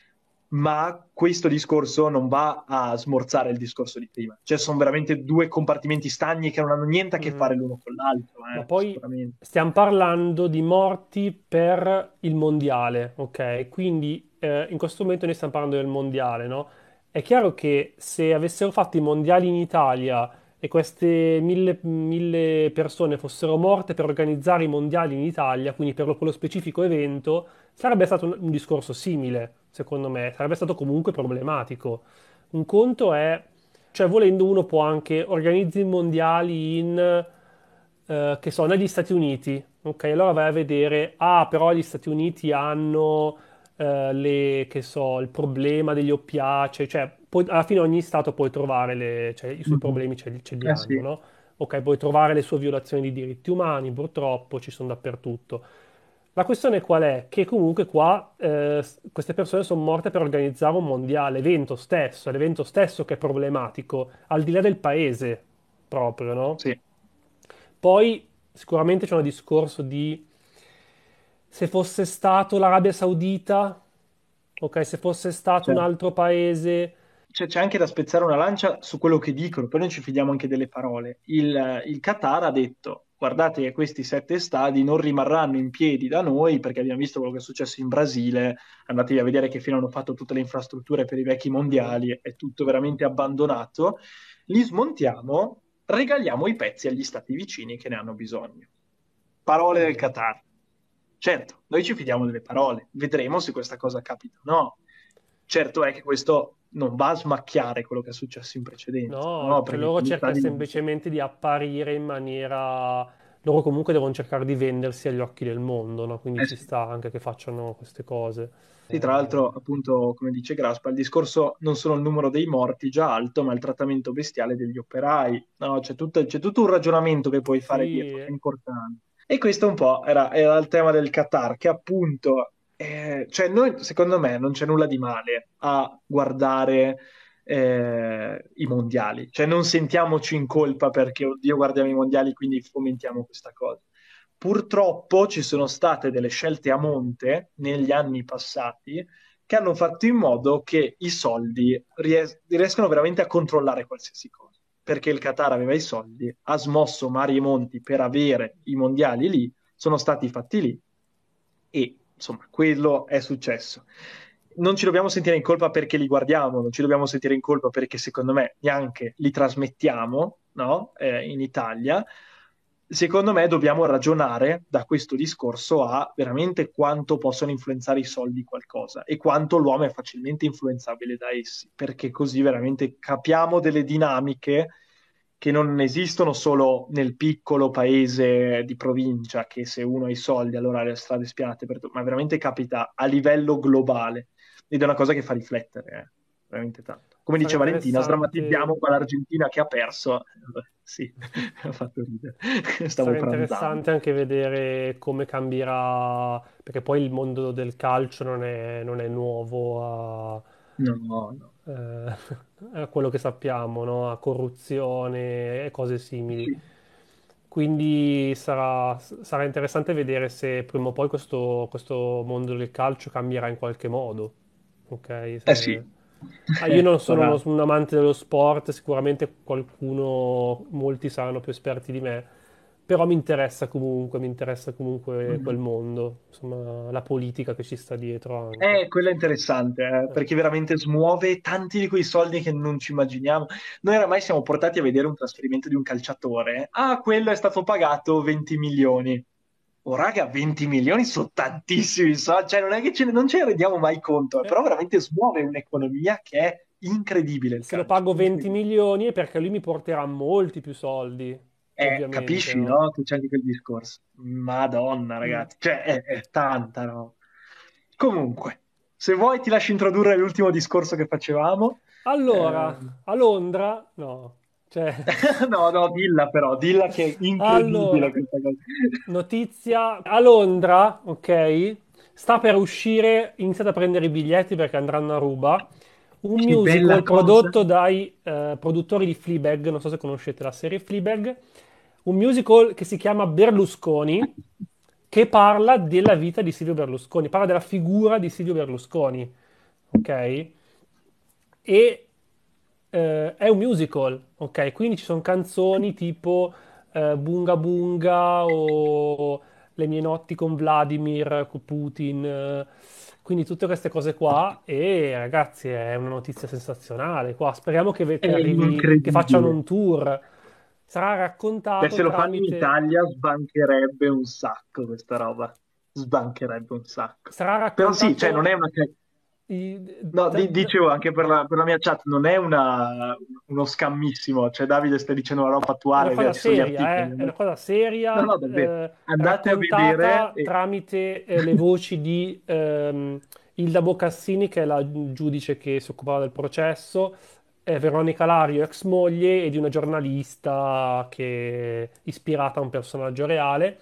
Speaker 1: Ma questo discorso non va a smorzare il discorso di prima. Cioè, sono veramente due compartimenti stagni che non hanno niente a che
Speaker 2: Mhm.
Speaker 1: fare l'uno con l'altro,
Speaker 2: Ma
Speaker 1: eh,
Speaker 2: poi
Speaker 1: sicuramente.
Speaker 2: stiamo parlando di morti per il mondiale, ok? Quindi eh, in questo momento noi stiamo parlando del mondiale, no? È chiaro che se avessero fatto i mondiali in Italia e queste mille, mille persone fossero morte per organizzare i mondiali in Italia, quindi per lo- quello specifico evento, sarebbe stato un, un discorso simile, secondo me, sarebbe stato comunque problematico. Un conto è, cioè volendo uno può anche organizzare i mondiali in, eh, che so, negli Stati Uniti, ok? Allora vai a vedere, ah, però gli Stati Uniti hanno, eh, le, che so, il problema degli oppiacei, cioè poi, alla fine ogni stato puoi trovare le- cioè, i suoi
Speaker 1: Mhm.
Speaker 2: problemi, ce li, ce li
Speaker 1: Eh
Speaker 2: hanno,
Speaker 1: sì.
Speaker 2: no? Ok, puoi trovare le sue violazioni di diritti umani, purtroppo ci sono dappertutto. La questione qual è? Che comunque qua eh, s- queste persone sono morte per organizzare un mondiale, l'evento stesso, è l'evento stesso che è problematico, al di là del paese proprio, no?
Speaker 1: Sì.
Speaker 2: Poi sicuramente c'è un discorso di se fosse stato l'Arabia Saudita, ok, se fosse stato un
Speaker 1: Certo.
Speaker 2: altro paese,
Speaker 1: C'è c'è anche da spezzare una lancia su quello che dicono, poi noi ci fidiamo anche delle parole. Il, il Qatar ha detto: guardate che questi sette stadi non rimarranno in piedi da noi perché abbiamo visto quello che è successo in Brasile, andatevi a vedere che fine hanno fatto tutte le infrastrutture per i vecchi
Speaker 2: mhm,
Speaker 1: mondiali, è tutto veramente abbandonato. Li smontiamo, regaliamo i pezzi agli stati vicini che ne hanno bisogno. Parole
Speaker 2: va
Speaker 1: del
Speaker 2: bene.
Speaker 1: Qatar. Certo, noi ci fidiamo delle parole, vedremo se questa cosa capita o no. Certo è che questo non va a smacchiare quello che è successo in precedenza,
Speaker 2: No,
Speaker 1: no?
Speaker 2: cioè
Speaker 1: Perché
Speaker 2: loro
Speaker 1: quegli
Speaker 2: cerca
Speaker 1: stadi...
Speaker 2: semplicemente di apparire in maniera... Loro comunque devono cercare di vendersi agli occhi del mondo, no? Quindi
Speaker 1: Eh
Speaker 2: ci
Speaker 1: sì.
Speaker 2: sta anche che facciano queste cose.
Speaker 1: Sì, tra l'altro, appunto, come dice Graspa, il discorso non solo il numero dei morti già alto, ma il trattamento bestiale degli operai. No, c'è tutto, c'è tutto un ragionamento che puoi fare dietro,
Speaker 2: Sì,
Speaker 1: che è importante. E questo un po' era, era il tema del Qatar, che appunto, eh, cioè noi, secondo me, non c'è nulla di male a guardare eh, i mondiali. Cioè non sentiamoci in colpa perché, oddio, guardiamo i mondiali, quindi fomentiamo questa cosa. Purtroppo ci sono state delle scelte a monte negli anni passati che hanno fatto in modo che i soldi ries- riescano veramente a controllare qualsiasi cosa. Perché il Qatar aveva i soldi, ha smosso mari e monti per avere i mondiali lì, sono stati fatti lì e insomma quello è successo. Non ci dobbiamo sentire in colpa perché li guardiamo, non ci dobbiamo sentire in colpa perché secondo me neanche li trasmettiamo, no? Eh, in Italia. Secondo me dobbiamo ragionare da questo discorso a veramente quanto possono influenzare i soldi qualcosa e quanto l'uomo è facilmente influenzabile da essi, perché così veramente capiamo delle dinamiche che non esistono solo nel piccolo paese di provincia, che se uno ha i soldi allora ha le strade spianate per tutto, ma veramente capita a livello globale ed è una cosa che fa riflettere, eh, veramente tanto. Come
Speaker 2: sarà
Speaker 1: dice Valentina,
Speaker 2: interessante.
Speaker 1: sdrammatizziamo qua l'Argentina che ha perso. Eh, Sì, ha fatto ridere. Stavo
Speaker 2: Sarà
Speaker 1: pranzando.
Speaker 2: interessante anche vedere come cambierà, perché poi il mondo del calcio non è, non è nuovo a,
Speaker 1: No, no.
Speaker 2: eh, a quello che sappiamo, no? A corruzione e cose simili.
Speaker 1: Sì.
Speaker 2: Quindi sarà, sarà interessante vedere se prima o poi questo, questo mondo del calcio cambierà in qualche modo. Ok?
Speaker 1: Eh
Speaker 2: Se-
Speaker 1: sì.
Speaker 2: Ah, io non sono
Speaker 1: Sarà.
Speaker 2: uno- un amante dello sport, sicuramente qualcuno, molti saranno più esperti di me, però mi interessa comunque, mi interessa comunque quel
Speaker 1: Mhm.
Speaker 2: mondo, insomma, la politica che ci sta dietro anche.
Speaker 1: Eh, quello è interessante, eh,
Speaker 2: Eh,
Speaker 1: perché veramente smuove tanti di quei soldi che non ci immaginiamo. Noi oramai siamo portati a vedere un trasferimento di un calciatore. Ah, quello è stato pagato venti milioni. Oh, raga, venti milioni sono tantissimi soldi, cioè non è che ce ne, non ce ne rendiamo mai conto, eh,
Speaker 2: eh,
Speaker 1: però veramente smuove un'economia che è incredibile il
Speaker 2: Se lo
Speaker 1: calcio,
Speaker 2: pago venti
Speaker 1: incredibile.
Speaker 2: milioni è perché lui mi porterà molti più soldi,
Speaker 1: Eh,
Speaker 2: ovviamente,
Speaker 1: capisci,
Speaker 2: no?
Speaker 1: no? Tu c'è anche quel discorso. Madonna,
Speaker 2: Mm.
Speaker 1: ragazzi, cioè è, è tanta, no? Comunque, se vuoi ti lascio introdurre l'ultimo discorso che facevamo. Eh,
Speaker 2: Allora, a Londra, no, cioè,
Speaker 1: No, no, dilla però, dilla che è incredibile
Speaker 2: allora,
Speaker 1: questa cosa.
Speaker 2: notizia, a Londra, ok, sta per uscire, iniziate a prendere i biglietti perché andranno a ruba, un
Speaker 1: Che bella
Speaker 2: musical
Speaker 1: cosa.
Speaker 2: prodotto dai eh, produttori di Fleabag, non so se conoscete la serie Fleabag, un musical che si chiama Berlusconi, che parla della vita di Silvio Berlusconi, parla della figura di Silvio Berlusconi, ok? E eh, è un musical, ok? Quindi ci sono canzoni tipo eh, Bunga Bunga o Le mie notti con Vladimir, con Putin, eh, quindi tutte queste cose qua. E ragazzi, è una notizia sensazionale qua. Speriamo che,
Speaker 1: È
Speaker 2: che arrivi, che facciano
Speaker 1: incredibile.
Speaker 2: un tour. Sarà
Speaker 1: Beh,
Speaker 2: raccontato
Speaker 1: se lo fanno in
Speaker 2: tramite,
Speaker 1: Italia sbancherebbe un sacco questa roba. Sbancherebbe un sacco.
Speaker 2: sarà
Speaker 1: Però sì, cioè non
Speaker 2: raccontato
Speaker 1: è una...
Speaker 2: i-
Speaker 1: No,
Speaker 2: da-
Speaker 1: di-
Speaker 2: da-
Speaker 1: dicevo anche per la, per la mia chat, non è una- uno scammissimo, cioè Davide stai dicendo una roba
Speaker 2: È una
Speaker 1: attuale, è vero,
Speaker 2: cosa
Speaker 1: ci sono gli
Speaker 2: seria,
Speaker 1: articoli.
Speaker 2: eh? È una
Speaker 1: No,
Speaker 2: cosa
Speaker 1: no,
Speaker 2: seria,
Speaker 1: davvero.
Speaker 2: eh,
Speaker 1: Andate a vedere
Speaker 2: raccontata
Speaker 1: e...
Speaker 2: tramite eh, le voci di ehm, Ilda Boccassini, che è la giudice che si occupava del processo, eh, Veronica Lario, ex moglie, e di una giornalista che è ispirata a un personaggio reale.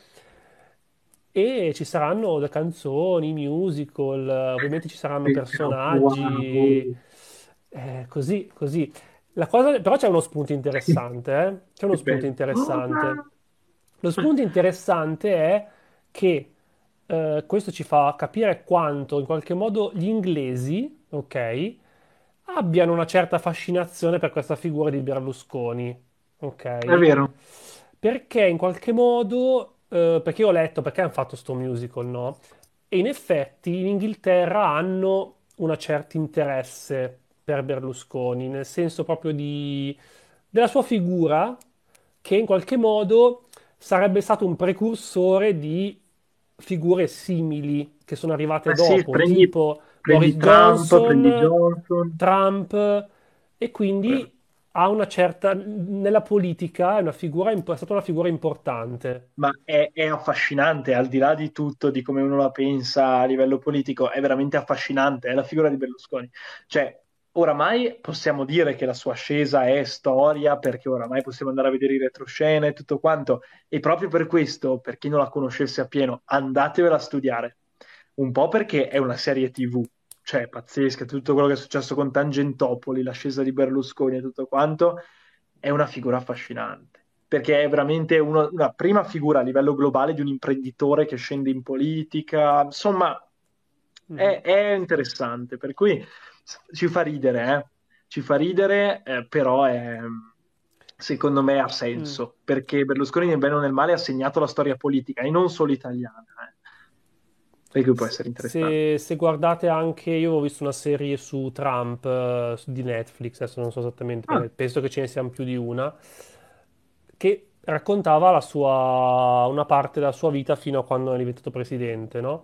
Speaker 2: E ci saranno le canzoni, musical, eh, ovviamente ci saranno
Speaker 1: Però, wow.
Speaker 2: personaggi, eh, così, così. La cosa, però c'è uno spunto interessante, eh? C'è uno
Speaker 1: Che
Speaker 2: spunto
Speaker 1: bello.
Speaker 2: interessante. Lo spunto interessante è che eh, questo ci fa capire quanto in qualche modo gli inglesi, ok, abbiano una certa fascinazione per questa figura di Berlusconi,
Speaker 1: È
Speaker 2: ok?
Speaker 1: vero.
Speaker 2: Perché in qualche modo, eh, perché io ho letto perché hanno fatto sto musical, no? E in effetti in Inghilterra hanno un certo interesse per Berlusconi, nel senso proprio di, della sua figura, che in qualche modo sarebbe stato un precursore di figure simili che sono arrivate
Speaker 1: Eh sì,
Speaker 2: dopo,
Speaker 1: prendi,
Speaker 2: tipo Boris
Speaker 1: prendi Trump, prendi
Speaker 2: Johnson,
Speaker 1: Johnson.
Speaker 2: Trump, e
Speaker 1: Vero.
Speaker 2: quindi ha una certa, nella politica è una figura, imp- è stata una figura importante.
Speaker 1: Ma è, è affascinante, al di là di tutto, di come uno la pensa a livello politico, è veramente affascinante, è la figura di Berlusconi. Cioè, oramai possiamo dire che la sua ascesa è storia, perché oramai possiamo andare a vedere i retroscena e tutto quanto, e proprio per questo, per chi non la conoscesse appieno, andatevela a studiare. Un po' perché è una serie T V, cioè pazzesca, tutto quello che è successo con Tangentopoli, l'ascesa di Berlusconi e tutto quanto, è una figura affascinante perché è veramente uno- una prima figura a livello globale di un imprenditore che scende in politica, insomma,
Speaker 2: Mhm.
Speaker 1: è, è interessante, per cui ci fa ridere, eh. Ci fa ridere, eh, però è, secondo me ha
Speaker 2: Mm.
Speaker 1: senso, perché Berlusconi nel bene o nel male ha segnato la storia politica e non solo italiana, eh. Per cui può
Speaker 2: Se,
Speaker 1: essere interessante.
Speaker 2: se- se guardate anche, io ho visto una serie su Trump, eh, su- di Netflix, adesso non so esattamente
Speaker 1: Ah,
Speaker 2: perché penso che ce ne siano più di una, che raccontava la sua, una parte della sua vita fino a quando è diventato presidente, no?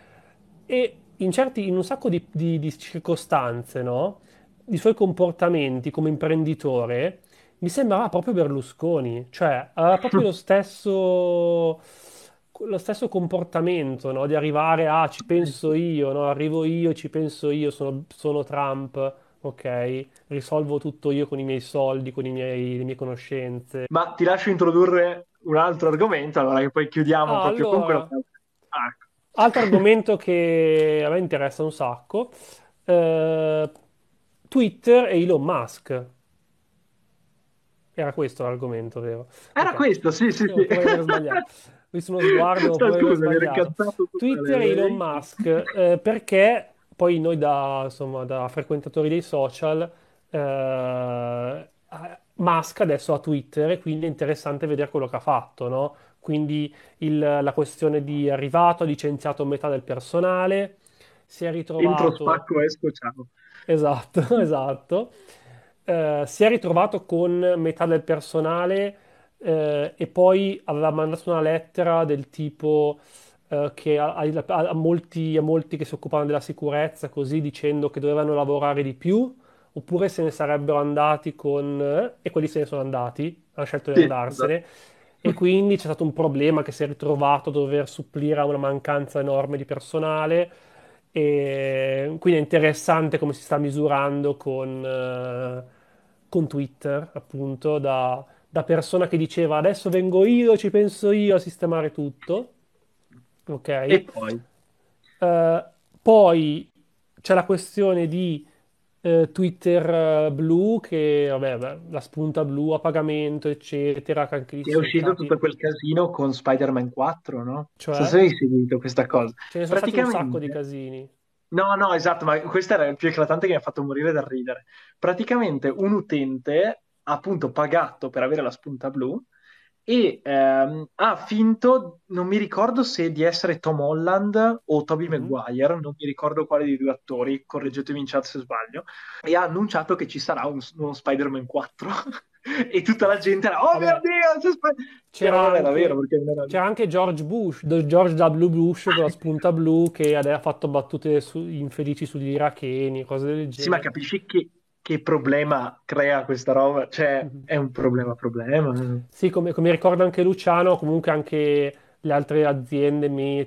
Speaker 2: E in certi, in un sacco di, di- di circostanze, no? I suoi comportamenti come imprenditore mi sembrava proprio Berlusconi, cioè aveva proprio lo stesso, lo stesso comportamento, no? Di arrivare a ci
Speaker 1: eh
Speaker 2: penso
Speaker 1: sì.
Speaker 2: io, no? Arrivo io, ci penso io, sono, sono Trump, ok? Risolvo tutto io con i miei soldi, con i miei- le mie conoscenze.
Speaker 1: Ma ti lascio introdurre un altro argomento, allora che poi chiudiamo
Speaker 2: Ah,
Speaker 1: proprio con quello.
Speaker 2: allora,
Speaker 1: Ah, ecco.
Speaker 2: altro argomento che a me interessa un sacco, eh, Twitter e Elon Musk. Era questo l'argomento, vero?
Speaker 1: Era
Speaker 2: Ok,
Speaker 1: questo, sì, sì,
Speaker 2: devo
Speaker 1: sì.
Speaker 2: pure aver sbagliato. Ho visto uno sguardo, devo
Speaker 1: Cioè,
Speaker 2: pure aver
Speaker 1: scusa, mi ero
Speaker 2: sbagliato.
Speaker 1: incazzato
Speaker 2: Twitter e Elon
Speaker 1: totale.
Speaker 2: Musk, eh, perché poi noi da, insomma, da frequentatori dei social, eh, Musk adesso ha Twitter e quindi è interessante vedere quello che ha fatto, no? Quindi il- la questione di è arrivato, ha licenziato metà del personale, si è
Speaker 1: Entro,
Speaker 2: ritrovato.
Speaker 1: spacco, esco, ciao.
Speaker 2: Esatto, esatto. Eh, si è ritrovato con metà del personale eh, e poi aveva mandato una lettera del tipo eh, che a, a- a molti, a molti che si occupavano della sicurezza, così dicendo che dovevano lavorare di più, oppure se ne sarebbero andati con... eh, e quelli se ne sono andati, hanno scelto di
Speaker 1: Sì, esatto.
Speaker 2: andarsene, e quindi c'è stato un problema che si è ritrovato a dover supplire a una mancanza enorme di personale, e quindi è interessante come si sta misurando con, eh, con Twitter, appunto, da, da persona che diceva adesso vengo io, ci penso io a sistemare tutto,
Speaker 1: E
Speaker 2: ok?
Speaker 1: poi,
Speaker 2: Eh, Poi c'è la questione di eh, Twitter eh, blu, che vabbè, beh, la spunta blu a pagamento, eccetera, che anche lì ci
Speaker 1: è
Speaker 2: sono
Speaker 1: uscito
Speaker 2: stati,
Speaker 1: tutto quel casino con Spider-Man quattro, no? Non so se
Speaker 2: cioè,
Speaker 1: hai seguito questa cosa.
Speaker 2: ce ne sono stati un sacco di
Speaker 1: Praticamente,
Speaker 2: casini.
Speaker 1: no, no, esatto, ma questo era il più eclatante che mi ha fatto morire dal ridere. Praticamente un utente ha appunto pagato per avere la spunta blu e ehm, ha finto, non mi ricordo se di essere Tom Holland o Tobey
Speaker 2: Mhm.
Speaker 1: Maguire, non mi ricordo quale dei due attori, correggetemi in chat se sbaglio, e ha annunciato che ci sarà un- uno Spider-Man quattro. E tutta la gente era, oh mio
Speaker 2: Vabbè,
Speaker 1: Dio, c'è Sp-" però
Speaker 2: c'era
Speaker 1: non era vero
Speaker 2: anche,
Speaker 1: perché non era lì.
Speaker 2: c'era anche George Bush, do- George W. Bush con la spunta blu che ade- ha fatto battute su- infelici sugli iracheni, cose del
Speaker 1: Sì, ma
Speaker 2: genere.
Speaker 1: capisci che, che problema crea questa roba? Cioè,
Speaker 2: Mhm.
Speaker 1: è un problema, problema.
Speaker 2: Sì, come, come ricorda anche Luciano, comunque anche le altre aziende,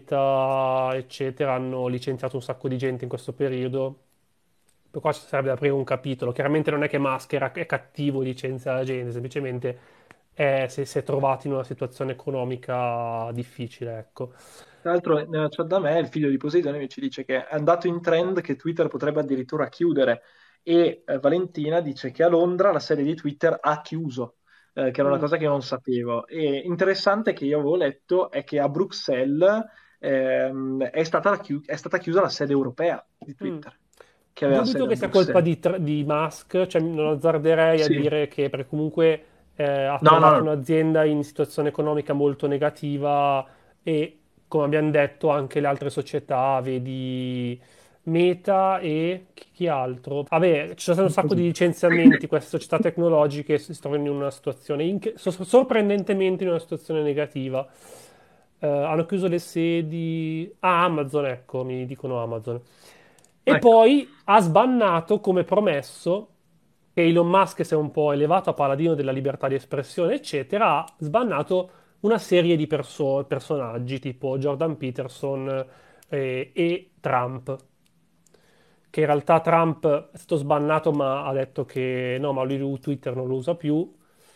Speaker 2: Meta, eccetera, hanno licenziato un sacco di gente in questo periodo. Per qua ci sarebbe da aprire un capitolo. Chiaramente non è che Musk era, è cattivo e licenzia la gente, semplicemente è- si, si è trovato in una situazione economica difficile, ecco.
Speaker 1: Tra l'altro, nella chat da me, il figlio di Poseidone mi ci dice che è andato in trend che Twitter potrebbe addirittura chiudere. E eh, Valentina dice che a Londra la sede di Twitter ha chiuso, eh, che era una
Speaker 2: Mm,
Speaker 1: cosa che io non sapevo. E interessante che io avevo letto è che a Bruxelles ehm, è stata, la chi- è stata chiusa la sede europea di
Speaker 2: mm.
Speaker 1: Twitter, che aveva
Speaker 2: Dubito
Speaker 1: sede a
Speaker 2: che sia colpa
Speaker 1: Bruxelles.
Speaker 2: di, Tr- di Musk, cioè non azzarderei a
Speaker 1: Sì,
Speaker 2: dire che perché comunque eh, ha
Speaker 1: no, no,
Speaker 2: trovato
Speaker 1: no.
Speaker 2: un'azienda in situazione economica molto negativa e come abbiamo detto anche le altre società, vedi Meta e chi chi altro? Vabbè, ci sono stato un sacco di
Speaker 1: Così.
Speaker 2: licenziamenti, queste società tecnologiche si trovano in una situazione inc- so- sorprendentemente in una situazione negativa. Eh, hanno chiuso le sedi. Ah, Amazon, ecco, mi dicono Amazon. E
Speaker 1: Ecco,
Speaker 2: poi ha sbannato, come promesso, che Elon Musk si è un po' elevato a paladino della libertà di espressione, eccetera, ha sbannato una serie di perso- personaggi tipo Jordan Peterson eh, e Trump, che in realtà Trump è stato sbannato ma ha detto che no, ma lui Twitter non lo usa più.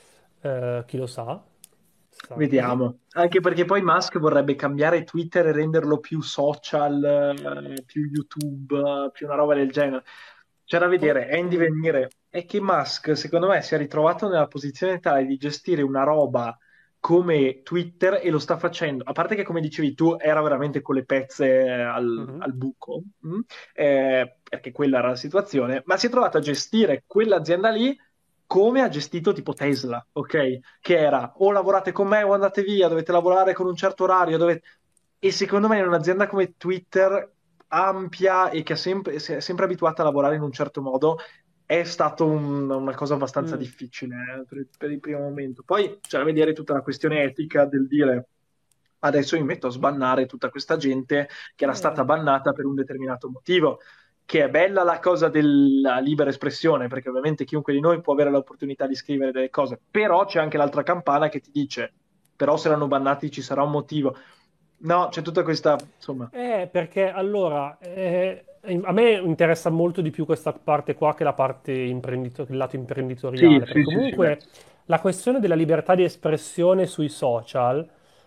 Speaker 2: Eh, chi lo sa, sarà così.
Speaker 1: vediamo. Anche perché poi Musk vorrebbe cambiare Twitter e renderlo più social, eh, più YouTube, eh, più una roba del genere. C'è da
Speaker 2: Po-
Speaker 1: vedere, è in
Speaker 2: mm,
Speaker 1: divenire. È che Musk, secondo me, si è ritrovato nella posizione tale di gestire una roba come Twitter e lo sta facendo. A parte che, come dicevi tu, era veramente con le pezze al,
Speaker 2: mhm,
Speaker 1: al buco, mm? Eh, perché quella era la situazione, ma si è trovato a gestire quell'azienda lì come ha gestito tipo Tesla, ok? Che era o lavorate con me o andate via, dovete lavorare con un certo orario, dovete... E secondo me in un'azienda come Twitter, ampia e che ha sempre, si è sempre abituata a lavorare in un certo modo, è stato un- una cosa abbastanza
Speaker 2: mm,
Speaker 1: difficile eh, per, per il primo momento. Poi c'è da vedere tutta la questione etica del dire adesso mi metto a sbannare tutta questa gente che era
Speaker 2: eh,
Speaker 1: stata bannata per un determinato motivo. Che è bella la cosa della libera espressione, perché ovviamente chiunque di noi può avere l'opportunità di scrivere delle cose, però c'è anche l'altra campana che ti dice, però se l'hanno bannati ci sarà un motivo. No, c'è tutta questa, insomma,
Speaker 2: Eh, perché allora eh, a me interessa molto di più questa parte qua che la parte imprendito- il lato
Speaker 1: sì,
Speaker 2: imprenditoriale, perché
Speaker 1: sì, sì, sì, beh.
Speaker 2: comunque la questione della libertà di espressione sui social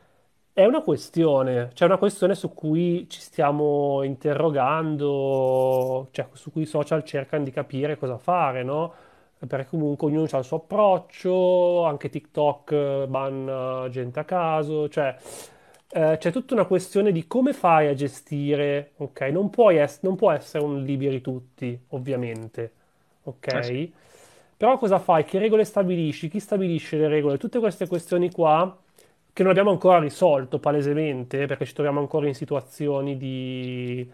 Speaker 2: è una questione, cioè una questione su cui ci stiamo interrogando, cioè su cui i social cercano di capire cosa fare, no? Perché comunque ognuno ha il suo approccio, anche TikTok eh, banna gente a caso, cioè eh, c'è tutta una questione di come fai a gestire, ok? Non puoi ess- non può essere un liberi tutti, ovviamente,
Speaker 1: Eh sì.
Speaker 2: ok? Però cosa fai? Che regole stabilisci? Chi stabilisce le regole? Tutte queste questioni qua che non abbiamo ancora risolto palesemente, perché ci troviamo ancora in situazioni di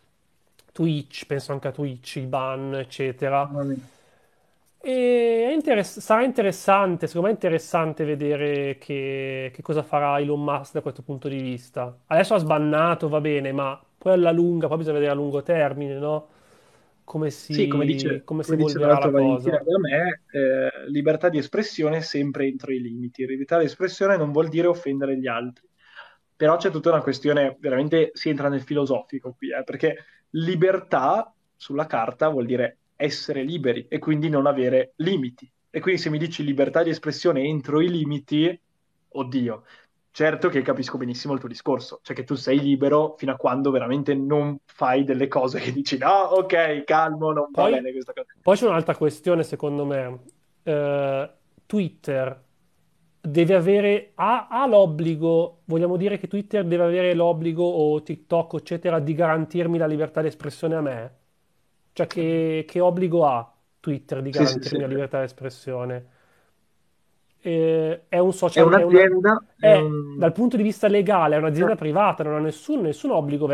Speaker 2: Twitch, penso anche a Twitch, i ban, eccetera.
Speaker 1: Mamma mia.
Speaker 2: E è interess- sarà interessante, secondo me è interessante vedere che, che cosa farà Elon Musk da questo punto di vista. Adesso ha sbannato, va bene, ma poi alla lunga, poi bisogna vedere a lungo termine, no? come
Speaker 1: Sì, come
Speaker 2: si,
Speaker 1: dice,
Speaker 2: come si
Speaker 1: come dice tra
Speaker 2: evolverà la
Speaker 1: l'altro Valentina
Speaker 2: cosa.
Speaker 1: da me, eh, libertà di espressione sempre entro i limiti. Libertà di espressione non vuol dire offendere gli altri. Però c'è tutta una questione, veramente si entra nel filosofico qui, eh, perché libertà sulla carta vuol dire essere liberi e quindi non avere limiti. E quindi se mi dici libertà di espressione entro i limiti, oddio, certo che capisco benissimo il tuo discorso, cioè che tu sei libero fino a quando veramente non fai delle cose che dici no, ok, calmo, non va
Speaker 2: Poi,
Speaker 1: bene questa cosa.
Speaker 2: poi c'è un'altra questione, secondo me. Eh, Twitter deve avere, ha, ha l'obbligo, vogliamo dire che Twitter deve avere l'obbligo, o TikTok, eccetera, di garantirmi la libertà di espressione a me? Cioè, che, che obbligo ha Twitter di
Speaker 1: Sì, sì, sì.
Speaker 2: garantirmi la libertà di espressione? Eh, è un
Speaker 1: È
Speaker 2: social, è una,
Speaker 1: un'azienda, è
Speaker 2: è,
Speaker 1: un...
Speaker 2: dal punto di vista legale, è un'azienda privata, non ha nessun, nessun obbligo